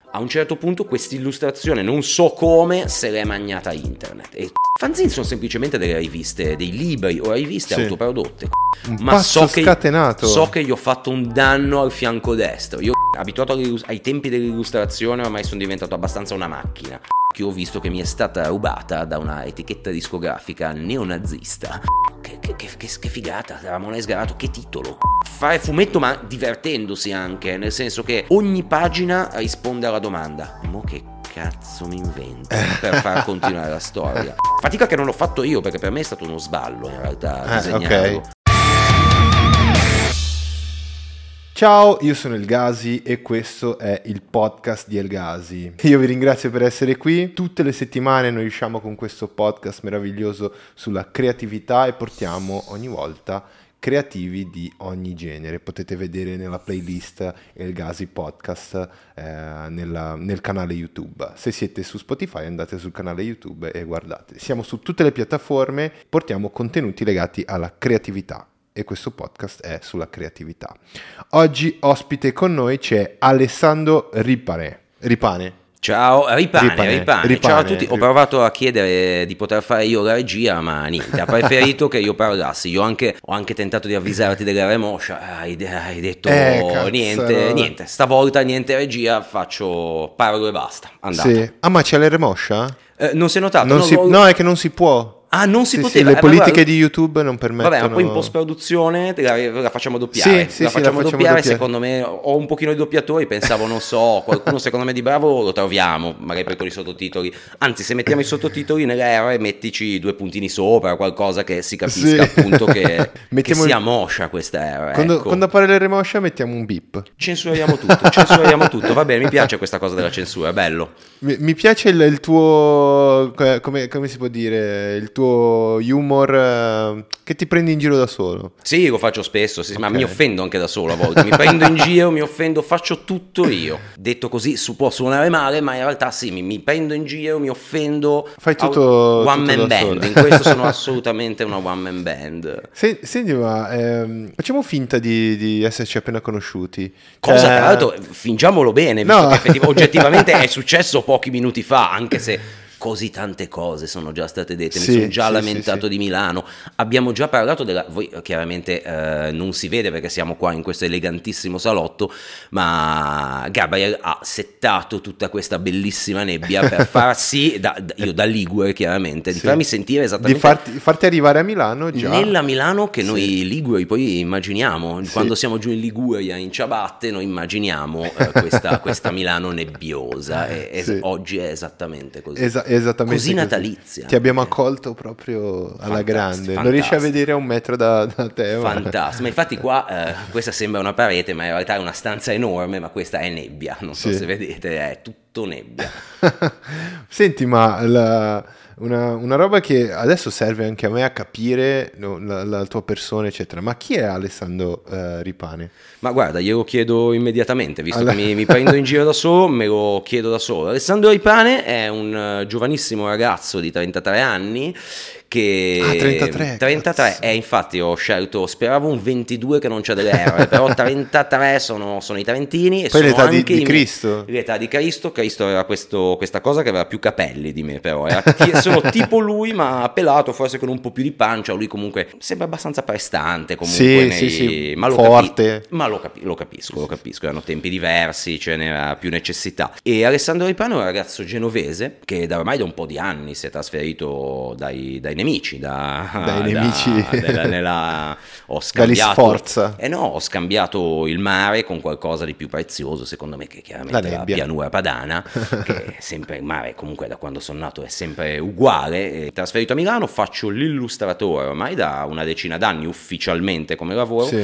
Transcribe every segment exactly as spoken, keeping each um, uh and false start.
A un certo punto questa illustrazione, non so come, se l'è magnata internet. E fanzine sono semplicemente delle riviste, dei libri o riviste sì. autoprodotte. Un Ma pazzo so che, scatenato. so che gli ho fatto un danno al fianco destro. Io, abituato ai tempi dell'illustrazione, ormai sono diventato abbastanza una macchina. Che ho visto che mi è stata rubata da una etichetta discografica neonazista. Che, che, che, che, che figata, Ramone Sgarato, che titolo. Fare fumetto ma divertendosi anche, nel senso che ogni pagina risponde alla domanda: mo che cazzo mi invento per far continuare la storia? Fatica che non l'ho fatto io, perché per me è stato uno sballo in realtà eh, disegnarlo. Okay. Ciao, io sono El Gasi e questo è il podcast di El Gasi. Io vi ringrazio per essere qui. Tutte le settimane noi usciamo con questo podcast meraviglioso sulla creatività e portiamo ogni volta creativi di ogni genere. Potete vedere nella playlist El Gasi Podcast eh, nella, nel canale YouTube. Se siete su Spotify andate sul canale YouTube e guardate. Siamo su tutte le piattaforme, portiamo contenuti legati alla creatività. E questo podcast è sulla creatività. Oggi ospite con noi c'è Alessandro Ripane. Ripane. Ciao, Ripane, Ripane, Ripane. Ripane. Ciao a tutti. Ho provato a chiedere di poter fare io la regia, ma niente, ha preferito che io parlassi. Io anche, ho anche tentato di avvisarti della remoscia, hai, hai detto eh, niente, niente, stavolta niente regia, faccio, parlo e basta, andate. Sì. Ah, ma c'è la remoscia? Eh, non si è notato? Non no, si, lo... no, è che non si può. Ah, non si sì, poteva. Sì, le eh, politiche guarda, di YouTube non permettono. Vabbè, ma poi in post-produzione la, la facciamo doppiare. Sì, sì, la sì, facciamo, la facciamo doppiare, doppiare. Secondo me ho un pochino di doppiatori. Pensavo, non so, qualcuno secondo me di bravo lo troviamo, magari poi con i sottotitoli. Anzi, se mettiamo i sottotitoli nelle R, mettici due puntini sopra, qualcosa che si capisca, sì. appunto che, che sia il... moscia questa R. Quando, ecco. quando appare l'R moscia mettiamo un beep. Censuriamo tutto, censuriamo tutto. Va bene, mi piace questa cosa della censura, è bello. Mi, mi piace il, il tuo, come, come si può dire, il tuo humor che ti prendi in giro da solo. Sì, lo faccio spesso, sì, okay. Ma mi offendo anche da solo a volte, mi prendo in giro, mi offendo, faccio tutto io. Detto così su, può suonare male, ma in realtà sì, mi, mi prendo in giro, mi offendo. Fai tutto one tutto man band, solo. In questo sono assolutamente una one man band. Se, senti, ma ehm, facciamo finta di, di esserci appena conosciuti. Cosa, cioè... tra l'altro, fingiamolo bene, visto no. che effettivamente, oggettivamente è successo pochi minuti fa, anche se... Così tante cose sono già state dette, sì, mi sono già sì, lamentato sì, di Milano, abbiamo già parlato della... Voi chiaramente eh, non si vede perché siamo qua in questo elegantissimo salotto, ma Gabriel ha settato tutta questa bellissima nebbia per far sì, da, da, io da Ligure chiaramente, di sì. farmi sentire esattamente... Di farti, farti arrivare a Milano già. Nella Milano che sì. noi Liguri poi immaginiamo, sì. quando siamo giù in Liguria in ciabatte noi immaginiamo eh, questa, questa Milano nebbiosa e, e sì. oggi è esattamente così. Esa- Esattamente così natalizia. Ti abbiamo accolto proprio alla grande. Fantastico. Non riesci a vedere a un metro da, da te. Fantastico. Ma infatti qua eh, questa sembra una parete, ma in realtà è una stanza enorme, ma questa è nebbia. Non so sì. se vedete, è tutto nebbia. Senti, ma la, una, una roba che adesso serve anche a me a capire no, la, la tua persona, eccetera. Ma chi è Alessandro uh, Ripane? Ma guarda, glielo chiedo immediatamente, visto allora... che mi, mi prendo in giro da solo, me lo chiedo da solo. Alessandro Ripane è un uh, giovanissimo ragazzo di trentatré anni che ah, trentatré, trentatré è, infatti ho scelto, speravo un ventidue che non c'è delle R, però trentatré sono, sono i trentini e poi sono l'età anche di, di i, Cristo l'età di Cristo. Cristo aveva questo, questa cosa che aveva più capelli di me, però era t- sono tipo lui ma pelato, forse con un po' più di pancia. Lui comunque sembra abbastanza prestante comunque sì, nei, sì, sì. ma lo forte capi- ma lo, capi- lo capisco lo capisco erano tempi diversi, ce n'era più necessità. E Alessandro Ripane è un ragazzo genovese che da ormai da un po' di anni si è trasferito dai, dai nemici da dai da, nemici della, nella, ho scambiato sforza eh no ho scambiato il mare con qualcosa di più prezioso secondo me, che chiaramente la, la pianura padana che è sempre il mare, comunque da quando sono nato è sempre uguale. E trasferito a Milano faccio l'illustratore ormai da una decina d'anni ufficialmente come lavoro sì.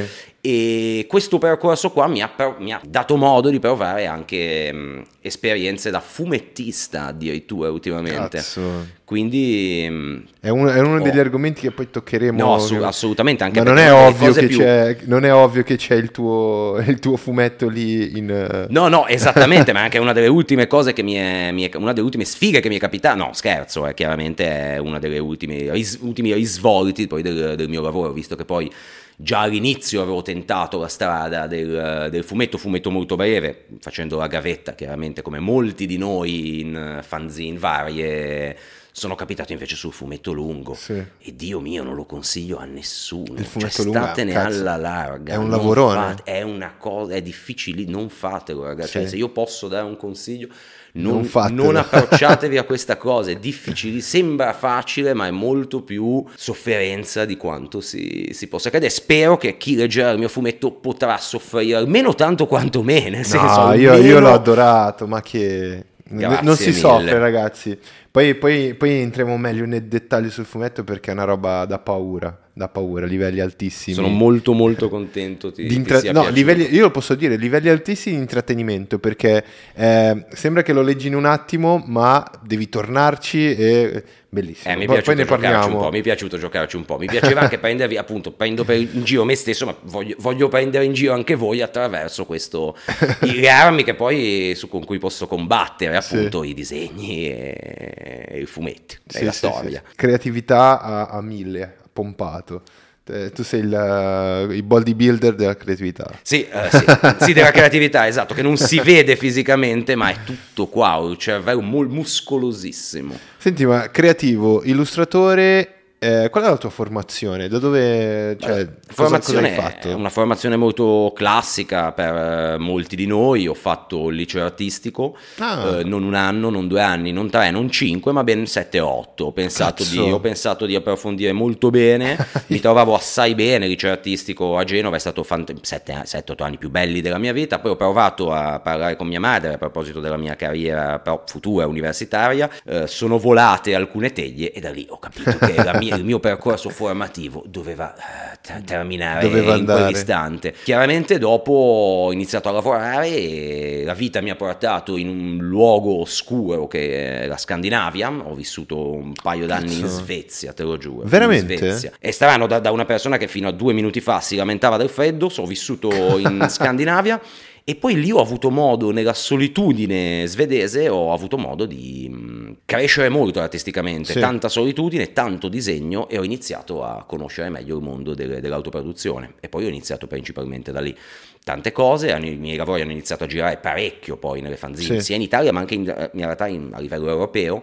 E questo percorso qua mi ha, mi ha dato modo di provare anche mh, esperienze da fumettista addirittura ultimamente. Cazzo. Quindi mh, è, un, è uno oh. degli argomenti che poi toccheremo. No, assu- assolutamente, anche ma non è, ovvio che più... c'è, non è ovvio che c'è il tuo, il tuo fumetto lì in... No, no, esattamente, ma anche una delle ultime cose che mi è, mi è una delle ultime sfighe che mi è capitata, no scherzo, è chiaramente è una delle ultime ris- ultimi risvolti poi del, del mio lavoro, visto che poi già all'inizio avevo tentato la strada del, del fumetto, fumetto molto breve, facendo la gavetta, chiaramente come molti di noi in fanzine varie. Sono capitato invece sul fumetto lungo, sì. E Dio mio, non lo consiglio a nessuno. Il fumetto cioè, lungo, statene cazzo, alla larga. è un lavorone. Fate, è una cosa, è difficile, non fatelo, ragazzi. Sì. Cioè, se io posso dare un consiglio, non, non, non approcciatevi a questa cosa, è difficile, sembra facile, ma è molto più sofferenza di quanto si, si possa credere. Spero che chi leggerà il mio fumetto potrà soffrire almeno tanto quanto me, nel senso, no, io, almeno... io l'ho adorato, ma che... Grazie non si mille. soffre, ragazzi. Poi, poi, poi entriamo meglio nei dettagli sul fumetto, perché è una roba da paura, da paura, livelli altissimi. Sono molto molto contento ti, di intra- ti sia no, piaciuto. livelli, io lo posso dire, livelli altissimi di intrattenimento, perché eh, sembra che lo leggi in un attimo, ma devi tornarci e... Bellissimo. Eh, mi, è poi, piaciuto poi ne parliamo. un po', mi è piaciuto giocarci un po', mi piaceva anche prendervi, appunto, prendo per in giro me stesso, ma voglio, voglio prendere in giro anche voi attraverso questo, le armi che poi su, con cui posso combattere, appunto, sì. I disegni e, e i fumetti, sì, e la sì, storia. Sì. Creatività a, a mille, pompato. Tu sei il, il bodybuilder della creatività. Sì, eh, sì. Sì, della creatività, esatto, che non si vede fisicamente, ma è tutto qua, un cervello muscolosissimo. Senti, ma creativo, illustratore, eh, qual è la tua formazione? Da dove, cioè, formazione, cosa, cosa hai fatto? È una formazione molto classica per molti di noi. Ho fatto il liceo artistico, ah. eh, non un anno, non due anni, non tre, non cinque, ma ben sette otto. Ho pensato, di, ho pensato di approfondire molto bene, mi trovavo assai bene. Il liceo artistico a Genova è stato fant- sette otto anni più belli della mia vita. Poi ho provato a parlare con mia madre a proposito della mia carriera futura universitaria, eh, sono volate alcune teglie e da lì ho capito che la mia il mio percorso formativo doveva uh, t- terminare doveva in quell'istante. Chiaramente dopo ho iniziato a lavorare e la vita mi ha portato in un luogo oscuro che è la Scandinavia. Ho vissuto un paio d'anni Cazzo. in Svezia, te lo giuro. Veramente? In Svezia. È strano da, da una persona che fino a due minuti fa si lamentava del freddo. Ho vissuto in Scandinavia. E poi lì ho avuto modo, nella solitudine svedese, ho avuto modo di mh, crescere molto artisticamente, sì. Tanta solitudine, tanto disegno, e ho iniziato a conoscere meglio il mondo del, dell'autoproduzione. E poi ho iniziato principalmente da lì. Tante cose, i miei lavori hanno iniziato a girare parecchio poi nelle fanzine, sì. Sia in Italia ma anche in, in realtà in, a livello europeo.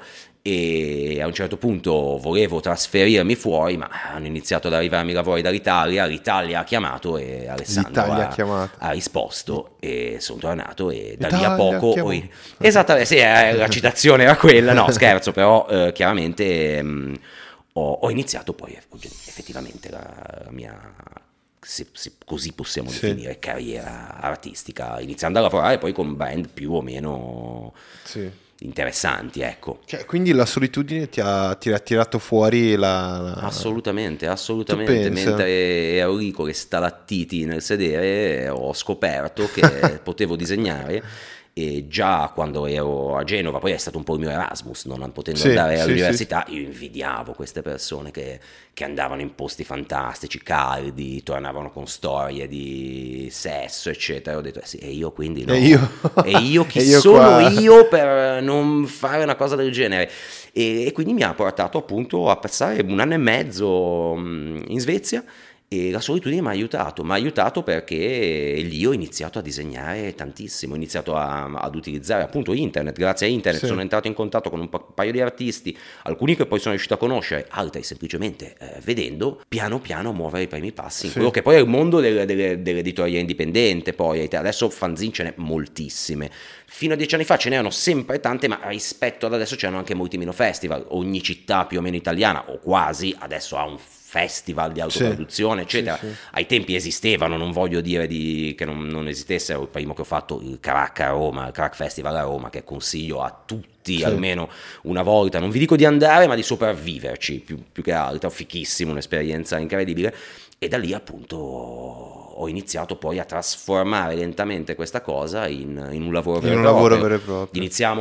E a un certo punto volevo trasferirmi fuori, ma hanno iniziato ad arrivarmi lavori dall'Italia. L'Italia ha chiamato e Alessandro ha, ha, ha risposto e sono tornato e da Italia lì a poco ho... in... esattamente, sì, la citazione era quella, no scherzo, però eh, chiaramente mh, ho, ho iniziato poi effettivamente la, la mia, se, se così possiamo sì. definire, carriera artistica, iniziando a lavorare poi con brand più o meno sì. interessanti, ecco. Cioè, quindi la solitudine ti ha, ti ha tirato fuori la, la... Assolutamente, assolutamente. Mentre ero lì con le stalattiti nel sedere ho scoperto che potevo disegnare. E già quando ero a Genova, poi è stato un po' il mio Erasmus, non potendo sì, andare sì, all'università, sì. Io invidiavo queste persone che, che andavano in posti fantastici, caldi, tornavano con storie di sesso, eccetera. Ho detto, eh sì, e io quindi no. E io, e io chi e io sono qua... io per non fare una cosa del genere? E, e quindi mi ha portato appunto a passare un anno e mezzo in Svezia. E la solitudine mi ha aiutato, mi ha aiutato perché lì ho iniziato a disegnare tantissimo, ho iniziato a, ad utilizzare appunto internet. Grazie a internet sì. sono entrato in contatto con un paio di artisti, alcuni che poi sono riuscito a conoscere, altri semplicemente eh, vedendo, piano piano muovere i primi passi in sì. quello che poi è il mondo del, del, dell'editoria indipendente. Poi adesso fanzine ce n'è moltissime. Fino a dieci anni fa ce n'erano sempre tante, ma rispetto ad adesso c'erano anche molti meno festival. Ogni città più o meno italiana, o quasi, adesso ha un festival di autoproduzione, sì, eccetera. Sì, sì. Ai tempi esistevano, non voglio dire di, che non, non esistessero. Il primo che ho fatto, il Crack a Roma, il Crack Festival a Roma, che consiglio a tutti sì. almeno una volta, non vi dico di andare, ma di sopravviverci, più, più che altro, fichissimo, un'esperienza incredibile. E da lì appunto ho iniziato poi a trasformare lentamente questa cosa in, in un lavoro vero in e un proprio. lavoro vero e proprio. Iniziamo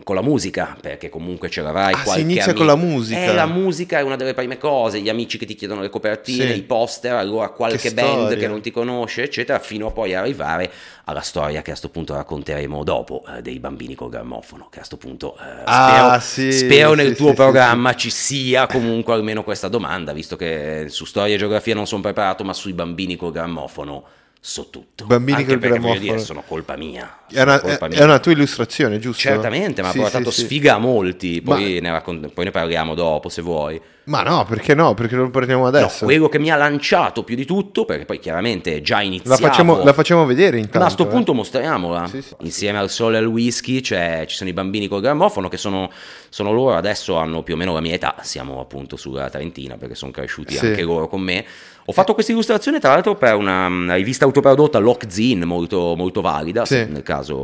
con la musica, perché comunque ce l'avrai ah, qualche si inizia amico. con la musica. Eh, la musica è una delle prime cose, gli amici che ti chiedono le copertine, sì. i poster, allora qualche che band storia. che non ti conosce, eccetera, fino a poi arrivare alla storia che a sto punto racconteremo dopo, eh, dei bambini col grammofono, che a sto punto eh, ah, spero, sì, spero nel sì, tuo sì, programma sì, sì. ci sia comunque almeno questa domanda, visto che su storia e geografia non sono preparato, ma sui bambini col grammofono so tutto. Bambini Anche col perché grammofono. voglio dire, sono colpa mia. È una, colpa è, mia. è una tua illustrazione, giusto? Certamente, ma sì, ha portato sì, sfiga sì. a molti, poi, ma... ne raccont- poi ne parliamo dopo se vuoi. Ma no, perché no? Perché lo parliamo adesso? No, quello che mi ha lanciato più di tutto, perché poi chiaramente già iniziavo... La facciamo, la facciamo vedere intanto. Ma a sto eh. punto mostriamola. Sì, sì. Insieme al sole e al whisky c'è, ci sono i bambini col grammofono, che sono, sono loro, adesso hanno più o meno la mia età, siamo appunto sulla Trentina, perché sono cresciuti Sì. anche loro con me. Ho fatto questa illustrazione tra l'altro per una, una rivista autoprodotta, Lock Zine, molto, molto valida, Sì. se nel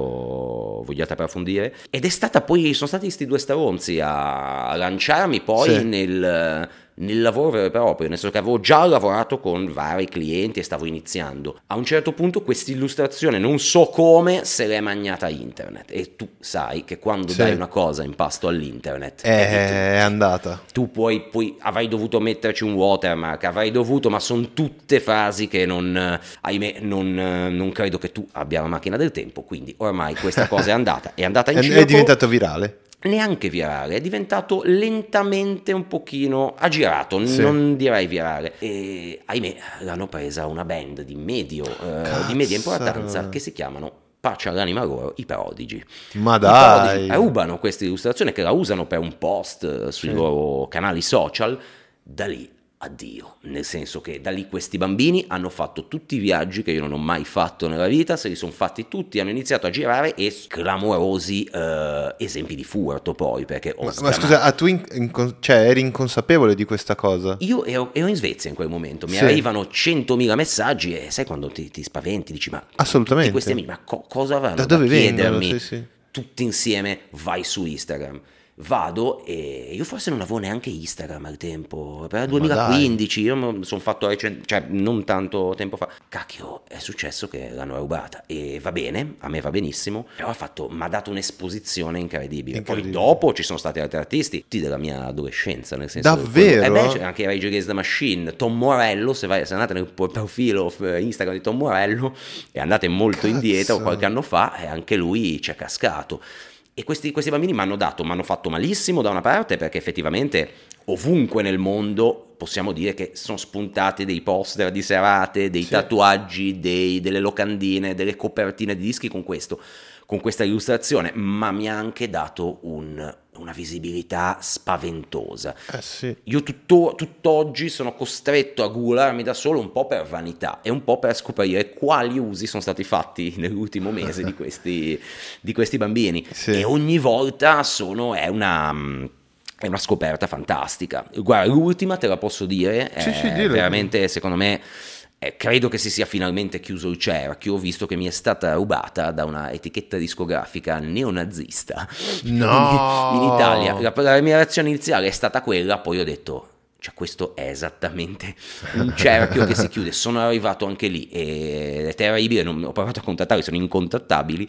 caso vogliate approfondire. Ed è stata poi, sono stati questi due stronzi a, a lanciarmi poi Sì. nel... nel lavoro vero e proprio, nel senso che avevo già lavorato con vari clienti e stavo iniziando. A un certo punto questa illustrazione, non so come, se l'è magnata internet, e tu sai che quando Sì. dai una cosa in pasto all'internet È, è andata. tu puoi, poi avrai dovuto metterci un watermark, avrai dovuto, ma sono tutte frasi che non, ahimè, non, non credo che tu abbia la macchina del tempo, quindi ormai questa cosa è andata, è andata in È, circolo. è diventato virale. Neanche virale, è diventato lentamente un pochino aggirato, Sì. non direi virale. E ahimè, l'hanno presa una band di medio, eh, di media importanza che si chiamano, pace all'anima loro, i Prodigy. Ma I dai. Prodigy rubano questa illustrazione, che la usano per un post sui Sì. loro canali social, da lì addio, nel senso che da lì questi bambini hanno fatto tutti i viaggi che io non ho mai fatto nella vita, se li sono fatti tutti, hanno iniziato a girare e clamorosi eh, esempi di furto poi, perché ho Ma, ma sgamato. scusa, ah, tu in- in- cioè, eri inconsapevole di questa cosa? Io ero, ero in Svezia in quel momento, mi Sì. arrivano centomila messaggi e sai quando ti, ti spaventi, dici ma Assolutamente. tutti questi amici, ma co- cosa avranno Da da, dove vengono? chiedermi? Sì, sì. Tutti insieme, vai su Instagram. Vado e io forse non avevo neanche Instagram al tempo, per il duemilaquindici, io mi sono fatto recen- cioè non tanto tempo fa. Cacchio, è successo che l'hanno rubata e va bene, a me va benissimo, però ha fatto, mi ha dato un'esposizione incredibile. Incredibile. Poi dopo ci sono stati altri artisti, tutti della mia adolescenza, nel senso Davvero? Eh beh, c'è anche Rage Against the Machine, Tom Morello, se, vai, se andate nel profilo Instagram di Tom Morello e andate molto Cazzo. indietro, qualche anno fa, e anche lui ci è cascato. E questi, questi bambini mi hanno dato, mi hanno fatto malissimo da una parte, perché effettivamente ovunque nel mondo possiamo dire che sono spuntate dei poster di serate, dei Sì. tatuaggi, dei, delle locandine, delle copertine di dischi con questo, con questa illustrazione, ma mi ha anche dato un, una visibilità spaventosa. Eh sì. Io tutto, tutt'oggi sono costretto a googlarmi da solo, un po' per vanità e un po' per scoprire quali usi sono stati fatti nell'ultimo mese di questi, di questi bambini. Sì. E ogni volta sono, è una... È una scoperta fantastica. Guarda, l'ultima te la posso dire, Sì, è sì, dillo. veramente, secondo me, eh, credo che si sia finalmente chiuso il cerchio, visto che mi è stata rubata da una etichetta discografica neonazista No! in, in Italia. La, la mia reazione iniziale è stata quella, poi ho detto... Cioè, questo è esattamente un cerchio che si chiude. Sono arrivato anche lì e è terribile. Non, ho provato a contattarli, sono incontattabili,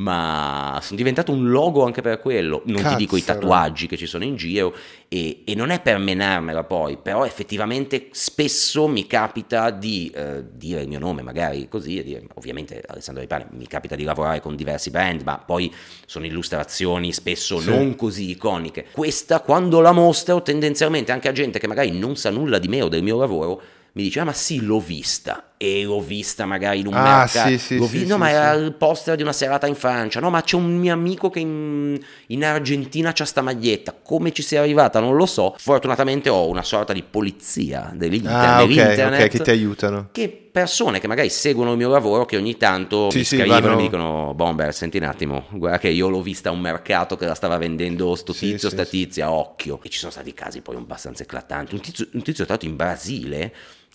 ma sono diventato un logo anche per quello. Non Cazzaro. ti dico i tatuaggi che ci sono in giro, e, e non è per menarmela poi, però effettivamente spesso mi capita di eh, dire il mio nome, magari così, e dire, ovviamente Alessandro Ripani, mi capita di lavorare con diversi brand, ma poi sono illustrazioni spesso Sì. non così iconiche. Questa, quando la mostro, tendenzialmente anche a gente che magari non sa nulla di me o del mio lavoro, mi dice, ah ma sì, l'ho vista, e l'ho vista magari in un Ah, mercato, sì, sì, l'ho sì, vi- sì, no ma sì. era il poster di una serata in Francia, no ma c'è un mio amico che in, in Argentina c'ha sta maglietta, come ci sia arrivata non lo so, fortunatamente ho una sorta di polizia dell'inter- Ah, ok, dell'internet, ok, che ti aiutano. che persone che magari seguono il mio lavoro, che ogni tanto Sì, mi sì, scrivono vanno- e mi dicono, Bomber, senti un attimo, guarda che io l'ho vista a un mercato che la stava vendendo sto Sì, tizio, sì, sta sì. tizia, occhio. E ci sono stati casi poi abbastanza eclatanti, un tizio, un tizio tra l'altro in Brasile,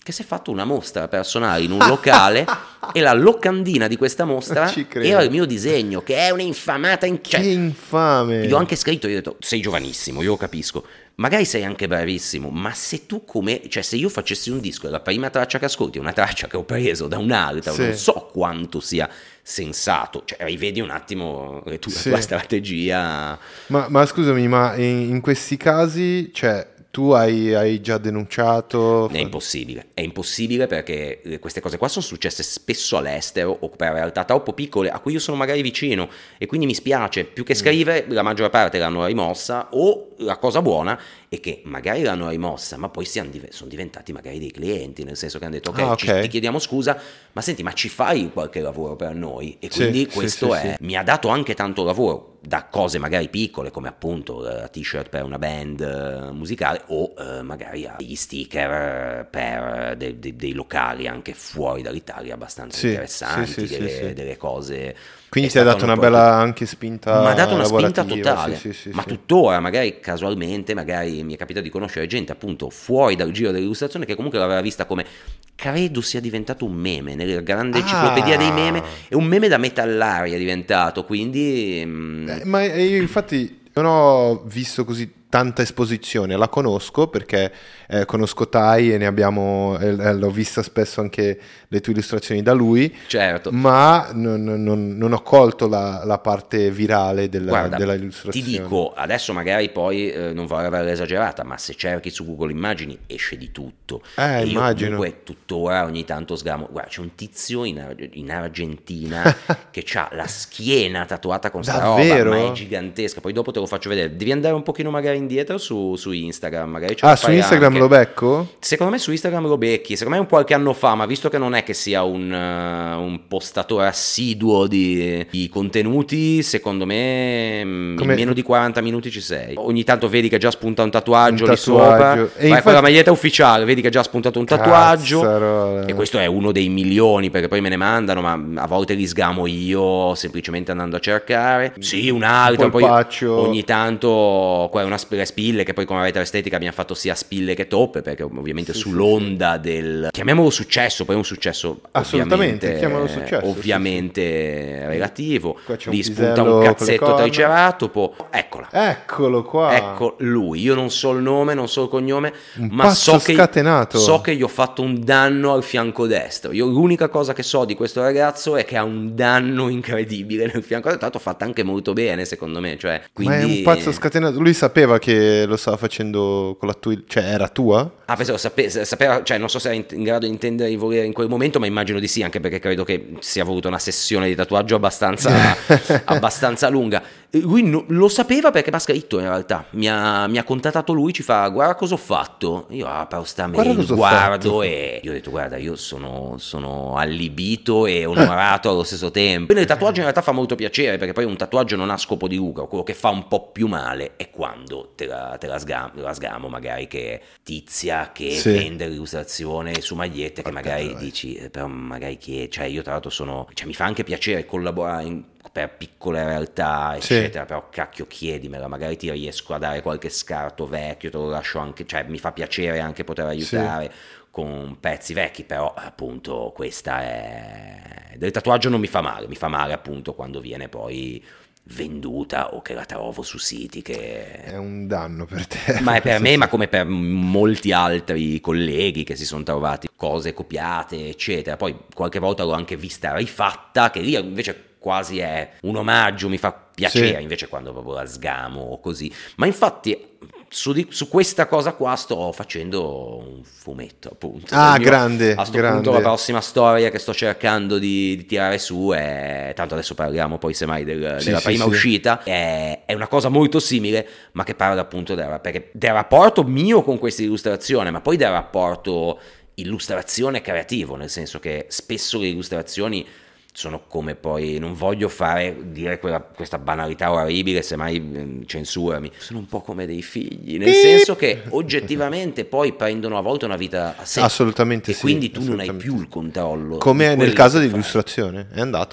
che si è fatto una mostra personale in un locale e la locandina di questa mostra era il mio disegno, che è un'infamata in... cioè, che infame. Io ho anche scritto, io ho detto, sei giovanissimo, io lo capisco, magari sei anche bravissimo, ma se tu come, cioè se io facessi un disco e la prima traccia che ascolti è una traccia che ho preso da un'altra, sì. non so quanto sia sensato, cioè rivedi un attimo la tua, sì. tua strategia. Ma, ma scusami, ma in, in questi casi, cioè... Tu hai, hai già denunciato? È impossibile, è impossibile perché queste cose qua sono successe spesso all'estero o per realtà troppo piccole a cui io sono magari vicino e quindi mi spiace, più che scrivere la maggior parte l'hanno rimossa, o la cosa buona è che magari l'hanno rimossa ma poi siano, sono diventati magari dei clienti, nel senso che hanno detto ok, ah, okay. Ci, ti chiediamo scusa, ma senti, ma ci fai qualche lavoro per noi? E quindi sì, questo sì, è, sì. mi ha dato anche tanto lavoro, da cose magari piccole come appunto la t-shirt per una band uh, musicale o uh, magari degli sticker per de- de- dei locali anche fuori dall'Italia abbastanza sì, interessanti, sì, sì, delle, sì, sì. delle cose. Quindi ti ha dato una bella anche spinta. Mi ha dato una spinta totale, sì, sì, sì, ma sì. tuttora magari casualmente magari mi è capitato di conoscere gente appunto fuori dal giro dell'illustrazione che comunque l'aveva vista come, credo sia diventato un meme nella grande ah. enciclopedia dei meme, è un meme da metallaria è diventato, quindi eh, ma io infatti non ho visto così tanta esposizione, la conosco perché eh, conosco Tai e ne abbiamo eh, l'ho vista spesso anche le tue illustrazioni da lui, certo, ma non, non, non ho colto la, la parte virale della, Guarda, della illustrazione. Ti dico, adesso magari poi eh, non vorrei averla esagerata, ma se cerchi su Google Immagini esce di tutto, eh, e io immagino. comunque tuttora ogni tanto sgamo, guarda c'è un tizio in, in Argentina che ha la schiena tatuata con sta roba, ma è gigantesca, poi dopo te lo faccio vedere, devi andare un pochino magari indietro su, su Instagram, magari ce ah su Instagram anche. Lo becco? Secondo me su Instagram lo becchi, secondo me un qualche anno fa, ma visto che non è che sia un, uh, un postatore assiduo di, di contenuti, secondo me come... in meno di quaranta minuti ci sei, ogni tanto vedi che già spunta un tatuaggio, un tatuaggio. lì sopra, e vai infatti... con la maglietta ufficiale, vedi che già ha spuntato un tatuaggio. Cazzarola. E questo è uno dei milioni, perché poi me ne mandano, ma a volte li sgamo io semplicemente andando a cercare, sì un altro, un poi paccio. Ogni tanto qua è una spilla che poi come avete estetica abbiamo fatto sia spille che toppe, perché ovviamente sì, sull'onda sì, del chiamiamolo successo, poi è un successo assolutamente chiamiamolo successo ovviamente sì, sì. relativo, un lì spunta un cazzetto triceratopo, eccola, eccolo qua, ecco lui, io non so il nome, non so il cognome, un ma so che, scatenato. so che gli ho fatto un danno al fianco destro, io l'unica cosa che so di questo ragazzo è che ha un danno incredibile nel fianco destro, tanto fatta anche molto bene secondo me, cioè, quindi... ma è un pazzo scatenato, lui sapeva che lo stava facendo con la tua, cioè era tua? Ah, penso sape, sapeva, cioè non so se era in, in grado di intendere di volere in quel momento, ma immagino di sì, anche perché credo che sia voluta una sessione di tatuaggio abbastanza, abbastanza lunga. Lui no, lo sapeva perché mi ha scritto in realtà, mi ha, mi ha contattato lui, ci fa guarda cosa ho fatto, io ah, però sta mail, guardo e io ho detto guarda io sono, sono allibito e onorato allo stesso tempo. Quindi il tatuaggio in realtà fa molto piacere, perché poi un tatuaggio non ha scopo di lucro, quello che fa un po' più male è quando te la, te la, sgamo, la sgamo magari che tizia che sì, vende l'illustrazione su magliette che magari vai. dici eh, però magari che, cioè io tra l'altro sono, cioè mi fa anche piacere collaborare in, per piccole realtà eccetera, sì, però cacchio chiedimela, magari ti riesco a dare qualche scarto vecchio, te lo lascio anche, cioè mi fa piacere anche poter aiutare sì, con pezzi vecchi, però appunto questa è, del tatuaggio non mi fa male, mi fa male appunto quando viene poi venduta o che la trovo su siti che è un danno per te, ma è per me, ma come per molti altri colleghi che si sono trovati cose copiate eccetera, poi qualche volta l'ho anche vista rifatta, che lì invece quasi è un omaggio, mi fa piacere, sì, invece quando proprio la sgamo o così, ma infatti su, di, su questa cosa qua sto facendo un fumetto appunto, ah mio, grande a sto grande. punto la prossima storia che sto cercando di, di tirare su è, tanto adesso parliamo poi semmai del, sì, della prima sì, uscita sì. È, è una cosa molto simile, ma che parla appunto del, perché, del rapporto mio con questa illustrazione, ma poi del rapporto illustrazione creativo, nel senso che spesso le illustrazioni sono come poi, non voglio fare dire quella, questa banalità orribile, semmai censurami, sono un po' come dei figli, nel senso che oggettivamente poi prendono a volte una vita a sé, assolutamente e sì, quindi tu non hai più il controllo, come nel caso dell'illustrazione è andata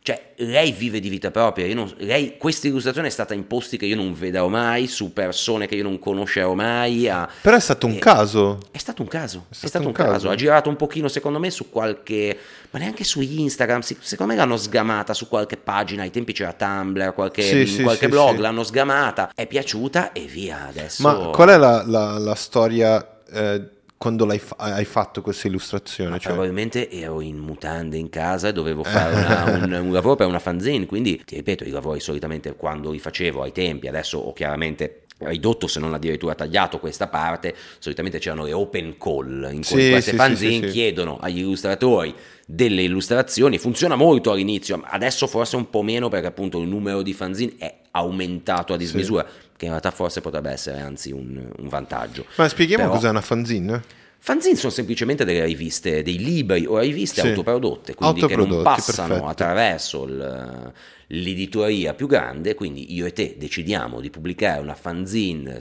Cioè, lei vive di vita propria, io non, lei, questa illustrazione è stata in posti che io non vedrò mai, su persone che io non conoscerò mai. A, Però è stato un e, caso. È stato un caso, è stato, è stato un un caso. caso. Ha girato un pochino, secondo me, su qualche, ma neanche su Instagram, secondo me l'hanno sgamata su qualche pagina, ai tempi c'era Tumblr, qualche, sì, sì, qualche sì, blog, sì. l'hanno sgamata, è piaciuta e via, adesso... Ma qual è la, la, la storia... Eh, quando l'hai fa- hai fatto questa illustrazione? Ma cioè? probabilmente ero in mutande in casa e dovevo fare una, un, un lavoro per una fanzine, quindi ti ripeto, i lavori solitamente quando li facevo ai tempi, adesso ho chiaramente ridotto se non addirittura tagliato questa parte, solitamente c'erano le open call in cui Sì, queste sì, fanzine sì, sì, sì. chiedono agli illustratori delle illustrazioni, funziona molto all'inizio, adesso forse un po' meno perché appunto il numero di fanzine è aumentato a dismisura, sì. Che in realtà forse potrebbe essere anzi un, un vantaggio. Ma spieghiamo Però, cos'è una fanzine? Fanzine sono semplicemente delle riviste, dei libri o riviste sì. autoprodotte, quindi autoprodotti, che non passano perfetto. attraverso il, l'editoria più grande, quindi io e te decidiamo di pubblicare una fanzine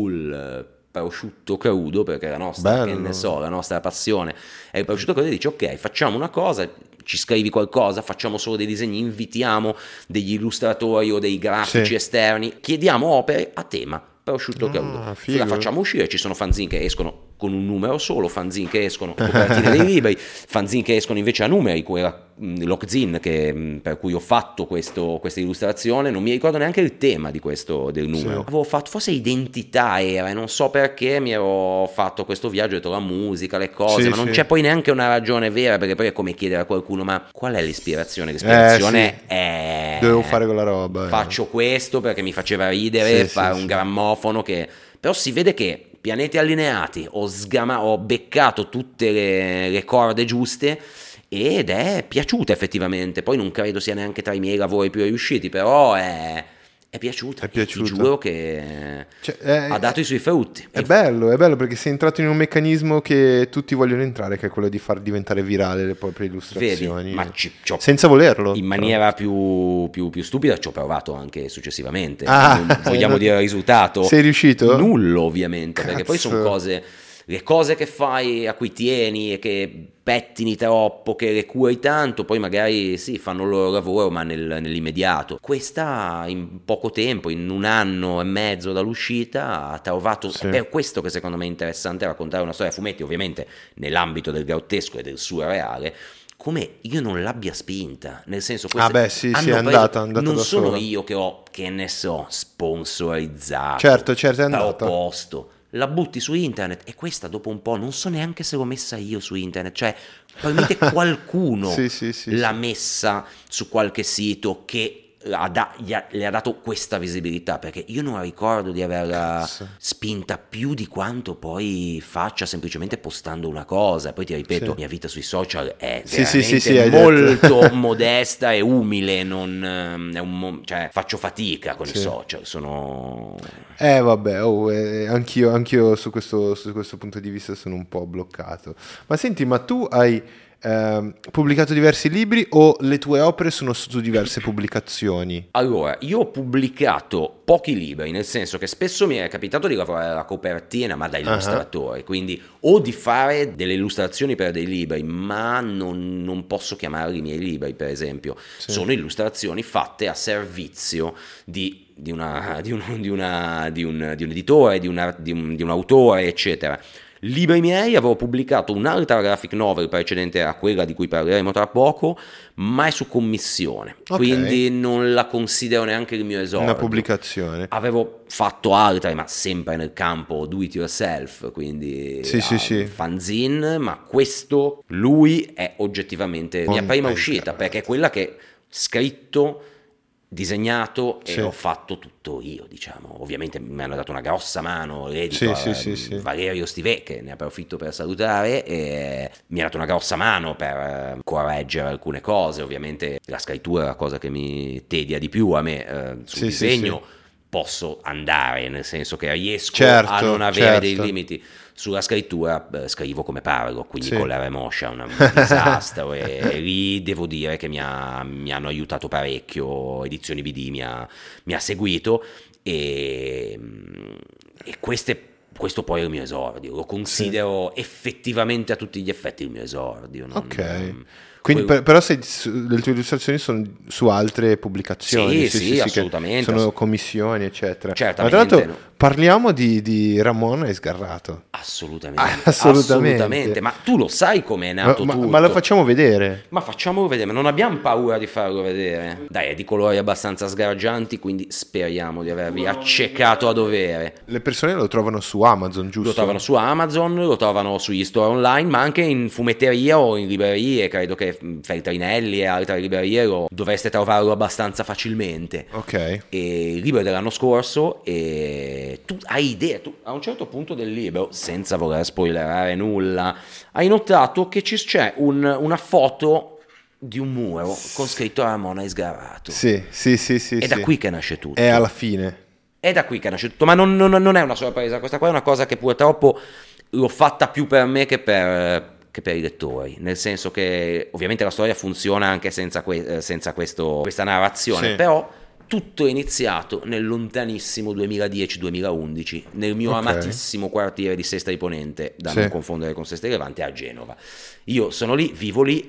sul prosciutto crudo, perché la nostra, Bello. che ne so, la nostra passione è il prosciutto crudo, e dici ok, facciamo una cosa, ci scrivi qualcosa, facciamo solo dei disegni, invitiamo degli illustratori o dei grafici sì. esterni, chiediamo opere a tema prosciutto crudo, ah, la facciamo uscire, ci sono fanzine che escono con un numero solo, fanzine che escono copertine dei libri, fanzine che escono invece a numeri, quella l'Oczin che per cui ho fatto questo, questa illustrazione, non mi ricordo neanche il tema di questo del numero, sì. Avevo fatto forse identità era, e non so perché mi ero fatto questo viaggio, ho detto la musica, le cose, sì, ma non sì. C'è poi neanche una ragione vera, perché poi è come chiedere a qualcuno ma qual è l'ispirazione? L'ispirazione eh, sì. è devo fare quella roba, faccio eh. questo perché mi faceva ridere, sì, fare sì, un sì. grammofono che però si vede che pianeti allineati, ho, sgama- ho beccato tutte le, le corde giuste ed è piaciuta effettivamente, poi non credo sia neanche tra i miei lavori più riusciti, però è, è piaciuta, è piaciuta. Ti giuro che cioè, è, ha dato è, i suoi frutti. È bello, è bello perché sei entrato in un meccanismo che tutti vogliono entrare, che è quello di far diventare virale le proprie illustrazioni. Vedi, ma ci, ci ho, senza volerlo. In maniera più, più, più stupida ci ho provato anche successivamente. Ah, non vogliamo dire il risultato? Sei riuscito? Nullo ovviamente, Cazzo. Perché poi sono cose... Le cose che fai, a cui tieni e che pettini troppo, che le curi tanto, poi magari sì, fanno il loro lavoro, ma nel, nell'immediato. Questa in poco tempo, in un anno e mezzo dall'uscita, ha trovato... Sì. È per questo che secondo me è interessante raccontare una storia a fumetti, ovviamente nell'ambito del grottesco e del surreale, come io non l'abbia spinta, nel senso ah beh sì sì è andata, andata non da sono sola. Io che ho, che ne so, sponsorizzato, certo certo è andata, proposto, la butti su internet, e questa dopo un po' non so neanche se l'ho messa io su internet, cioè probabilmente qualcuno sì, sì, sì, l'ha sì. messa su qualche sito che ha da, gli ha, le ha dato questa visibilità, perché io non ricordo di averla Cazzo. spinta più di quanto poi faccia semplicemente postando una cosa. Poi ti ripeto, sì. la mia vita sui social è sì, veramente sì, sì, sì, molto modesta e umile, non, è un, cioè, faccio fatica con sì. i social, sono... Eh vabbè, oh, eh, anch'io, anch'io su, questo, su questo punto di vista sono un po' bloccato. Ma senti, ma tu hai... Eh, pubblicato diversi libri o le tue opere sono su diverse pubblicazioni? Allora, io ho pubblicato pochi libri, nel senso che spesso mi è capitato di lavorare alla copertina, ma da illustratore, uh-huh. quindi o di fare delle illustrazioni per dei libri, ma non, non posso chiamarli miei libri, per esempio. Sì. Sono illustrazioni fatte a servizio di di, una, di, un, di, una, di, un, di un editore, di, una, di, un, di un autore, eccetera. Libri miei, avevo pubblicato un'altra graphic novel precedente a quella di cui parleremo tra poco, ma è su commissione, okay. Quindi non la considero neanche il mio esordio. Una pubblicazione. Avevo fatto altre, ma sempre nel campo do it yourself, quindi sì, sì, sì. fanzine, ma questo, lui è oggettivamente la mia prima uscita, perché è quella che scritto... disegnato e sì. Ho fatto tutto io, diciamo. Ovviamente mi hanno dato una grossa mano l'editor sì, sì, sì, sì. Valerio Stivé, che ne approfitto per salutare, e mi ha dato una grossa mano per correggere alcune cose. Ovviamente la scrittura è la cosa che mi tedia di più a me, eh, sul sì, disegno sì, sì. Posso andare, nel senso che riesco certo, a non avere certo. dei limiti. Sulla scrittura eh, scrivo come parlo, quindi sì. con l'R Motion, un disastro, e, e lì devo dire che mi, ha, mi hanno aiutato parecchio. Edizioni B D mi ha, mi ha seguito, e, e queste, questo poi è il mio esordio, lo considero sì. effettivamente a tutti gli effetti il mio esordio. Non, ok. Quindi, Quello... per, però se, su, le tue illustrazioni sono su altre pubblicazioni. Sì, sì, sì, sì assolutamente. Sono assolut- commissioni, eccetera. Certamente. Ma tra l'altro parliamo di, di Ramon Hai Sgarrato. Assolutamente, ah, assolutamente. assolutamente. Ma tu lo sai com'è nato ma, tutto? Ma, ma lo facciamo vedere? Ma facciamolo vedere, ma non abbiamo paura di farlo vedere. Dai, è di colori abbastanza sgaraggianti, quindi speriamo di avervi accecato a dovere. Le persone lo trovano su Amazon, giusto? Lo trovano su Amazon, lo trovano sugli store online, ma anche in fumetteria o in librerie. Credo che Feltrinelli e altre librerie lo dovreste trovarlo abbastanza facilmente. Ok. E il libro è dell'anno scorso e tu hai idea, tu a un certo punto del libro, senza voler spoilerare nulla, hai notato che ci c'è un, una foto di un muro con scritto Ramon Hai Sgarrato. Sì, sì, sì, sì. È sì. da qui che nasce tutto. È alla fine. È da qui che nasce tutto, ma non, non, non è una sorpresa, questa qua è una cosa che purtroppo l'ho fatta più per me che per, che per i lettori, nel senso che ovviamente la storia funziona anche senza, que, senza questo, questa narrazione, sì. però tutto è iniziato nel lontanissimo duemiladieci duemilaundici, nel mio okay. amatissimo quartiere di Sesta di Ponente, da sì. non confondere con Sesta di Levante, a Genova. Io sono lì, vivo lì,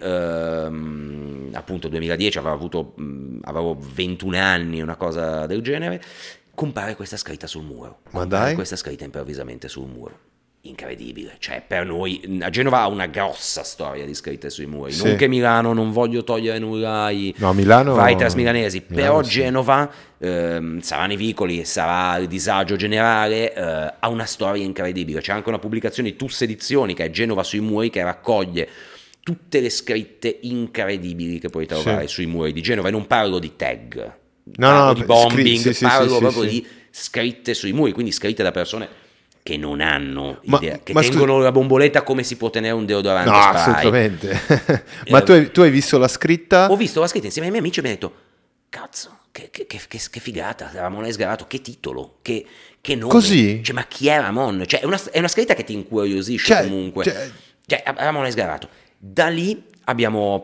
ehm, appunto duemiladieci, avevo avuto mh, avevo ventuno anni, una cosa del genere. Compare questa scritta sul muro. Ma compare dai? questa scritta improvvisamente sul muro. Incredibile, cioè per noi a Genova ha una grossa storia di scritte sui muri, sì. non che Milano, non voglio togliere nulla ai no, Milano, writers milanesi, Milano, però sì. Genova, ehm, saranno i vicoli, sarà il disagio generale, eh, ha una storia incredibile. C'è anche una pubblicazione di Tuss Edizioni che è Genova sui muri, che raccoglie tutte le scritte incredibili che puoi trovare sì. sui muri di Genova, e non parlo di tag, no, parlo no, di bombing, scri- sì, parlo sì, proprio sì, di scritte sui muri, quindi scritte da persone che non hanno ma, idea, che ma tengono scu- la bomboletta come si può tenere un deodorante no, spray. assolutamente. Ma tu hai, tu hai visto la scritta? Ho visto la scritta insieme ai miei amici e mi hanno detto cazzo, che, che, che, che, che figata, Ramon Hai Sgarrato, che titolo, che, che nome. Così? Cioè, ma chi è Ramon? Cioè, è una, è una scritta che ti incuriosisce, cioè, comunque. Cioè... Cioè, Ramon Hai Sgarrato. Da lì abbiamo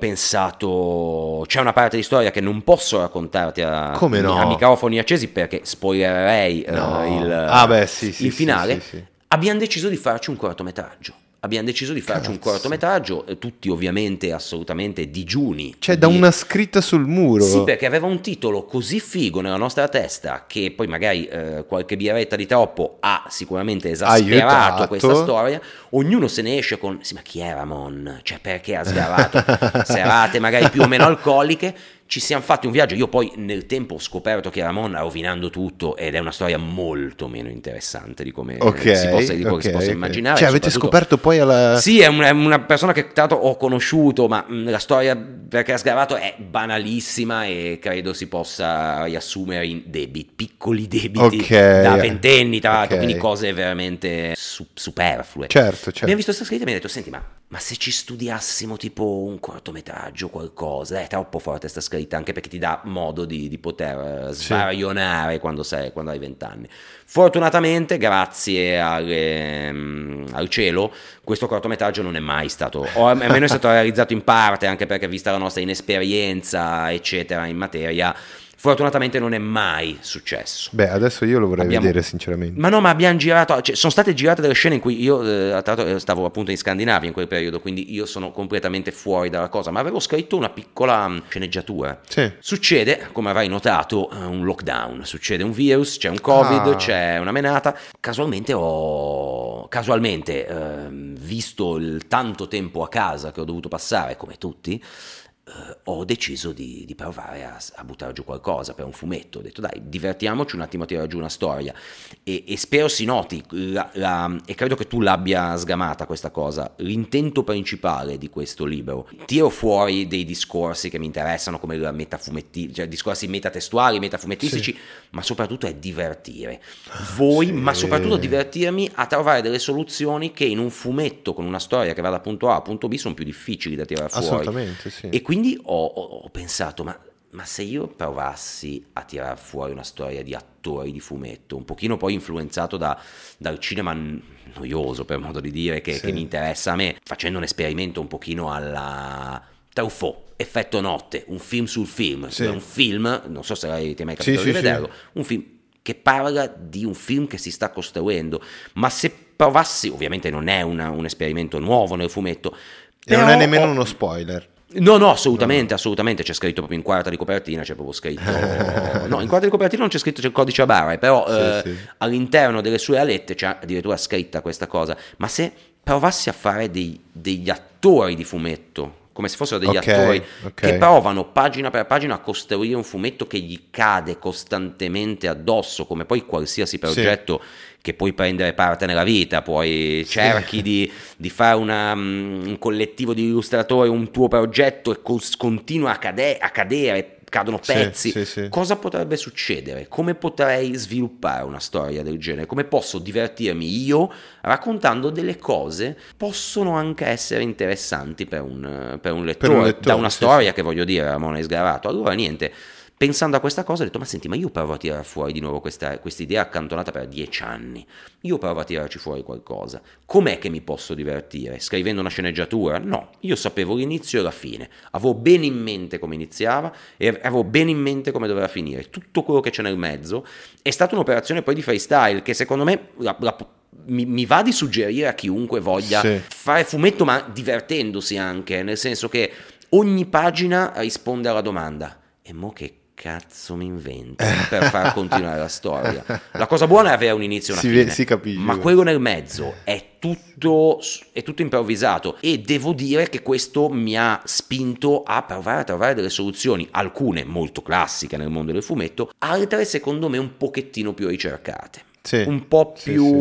pensato, c'è una parte di storia che non posso raccontarti a, Come no? a microfoni accesi perché spoilererei no. uh, il, ah, beh, sì, sì, il finale. Sì, sì, sì. Abbiamo deciso di farci un cortometraggio. Abbiamo deciso di farci Cazzo. un cortometraggio, tutti ovviamente assolutamente digiuni. Cioè, di... da una scritta sul muro. Sì, perché aveva un titolo così figo nella nostra testa che poi magari eh, qualche birretta di troppo ha sicuramente esasperato Aiutato. questa storia. Ognuno se ne esce con, sì, ma chi è Ramon? Cioè, perché ha sgarrato? Serate magari più o meno alcoliche. Ci siamo fatti un viaggio, io poi nel tempo ho scoperto che Ramon, rovinando tutto, ed è una storia molto meno interessante di come okay, si possa, di okay, si possa okay. immaginare. Cioè avete scoperto poi alla... Sì, è una, una persona che tanto ho conosciuto, ma mh, la storia perché ha sgravato è banalissima e credo si possa riassumere in debiti, piccoli debiti okay, da ventenni, tra l'altro, okay. quindi cose veramente su, superflue. Certo, certo. Abbiamo visto questa scritta e mi ha detto, senti, ma, ma se ci studiassimo tipo un cortometraggio, qualcosa, è troppo forte sta scritta, anche perché ti dà modo di, di poter svarionare sì. quando, sei, quando hai vent'anni. Fortunatamente, grazie alle, um, al cielo, questo cortometraggio non è mai stato, o almeno è stato realizzato in parte, anche perché vista la nostra inesperienza, eccetera, in materia, fortunatamente non è mai successo. Beh, adesso io lo vorrei abbiamo... vedere sinceramente. Ma no, ma abbiamo girato, cioè, sono state girate delle scene in cui io eh, tra l'altro stavo appunto in Scandinavia in quel periodo, quindi io sono completamente fuori dalla cosa, ma avevo scritto una piccola sceneggiatura. Sì. Succede, come avrai notato, un lockdown, succede un virus, c'è un covid, ah. c'è una menata. Casualmente ho casualmente eh, visto il tanto tempo a casa che ho dovuto passare, come tutti, Uh, ho deciso di, di provare a, a buttare giù qualcosa per un fumetto. Ho detto dai, divertiamoci un attimo a tirare giù una storia e, e spero si noti la, la, e credo che tu l'abbia sgamata questa cosa, l'intento principale di questo libro. Tiro fuori dei discorsi che mi interessano come la metafumetti, cioè discorsi metatestuali, metafumettistici, sì. ma soprattutto è divertire voi, sì. ma soprattutto divertirmi a trovare delle soluzioni che in un fumetto con una storia che va da punto A a punto B sono più difficili da tirare fuori. Assolutamente, sì. E quindi ho, ho, ho pensato, ma, ma se io provassi a tirar fuori una storia di attori di fumetto, un pochino poi influenzato da, dal cinema noioso, per modo di dire, che, sì. che mi interessa a me, facendo un esperimento un pochino alla Truffaut, Effetto Notte, un film sul film, sì. un film, non so se ti è mai capitato sì, di sì, vederlo, sì. un film che parla di un film che si sta costruendo, ma se provassi, ovviamente non è una, un esperimento nuovo nel fumetto, e non è nemmeno ho, uno spoiler. No, no, assolutamente, no. assolutamente, c'è scritto proprio in quarta di copertina, c'è proprio scritto... no, in quarta di copertina non c'è scritto, c'è il codice a barre, però sì, eh, sì. all'interno delle sue alette c'è addirittura scritta questa cosa. Ma se provassi a fare dei, degli attori di fumetto, come se fossero degli okay, attori okay. che provano pagina per pagina a costruire un fumetto che gli cade costantemente addosso, come poi qualsiasi progetto sì. che puoi prendere parte nella vita, poi sì. cerchi di, di fare una, um, un collettivo di illustratori, un tuo progetto e cos- continua a, cade- a cadere, cadono pezzi, sì, sì, sì. cosa potrebbe succedere? Come potrei sviluppare una storia del genere? Come posso divertirmi io raccontando delle cose possono anche essere interessanti per un, per un lettore, per un lettore da una sì, storia sì. che voglio dire Ramona Sgarato. Allora niente, pensando a questa cosa ho detto ma senti, ma io provo a tirare fuori di nuovo questa idea accantonata per dieci anni, io provo a tirarci fuori qualcosa, com'è che mi posso divertire? Scrivendo una sceneggiatura? No, io sapevo l'inizio e la fine, avevo bene in mente come iniziava e avevo bene in mente come doveva finire, tutto quello che c'è nel mezzo è stata un'operazione poi di freestyle che secondo me la, la, mi, mi va di suggerire a chiunque voglia sì. fare fumetto ma divertendosi anche, nel senso che ogni pagina risponde alla domanda e mo che cazzo mi invento per far continuare la storia. La cosa buona è avere un inizio e una si fine, ve, si capisce, ma quello nel mezzo è tutto, è tutto improvvisato e devo dire che questo mi ha spinto a provare a trovare delle soluzioni, alcune molto classiche nel mondo del fumetto, altre secondo me un pochettino più ricercate. Sì, un po' più sì, sì.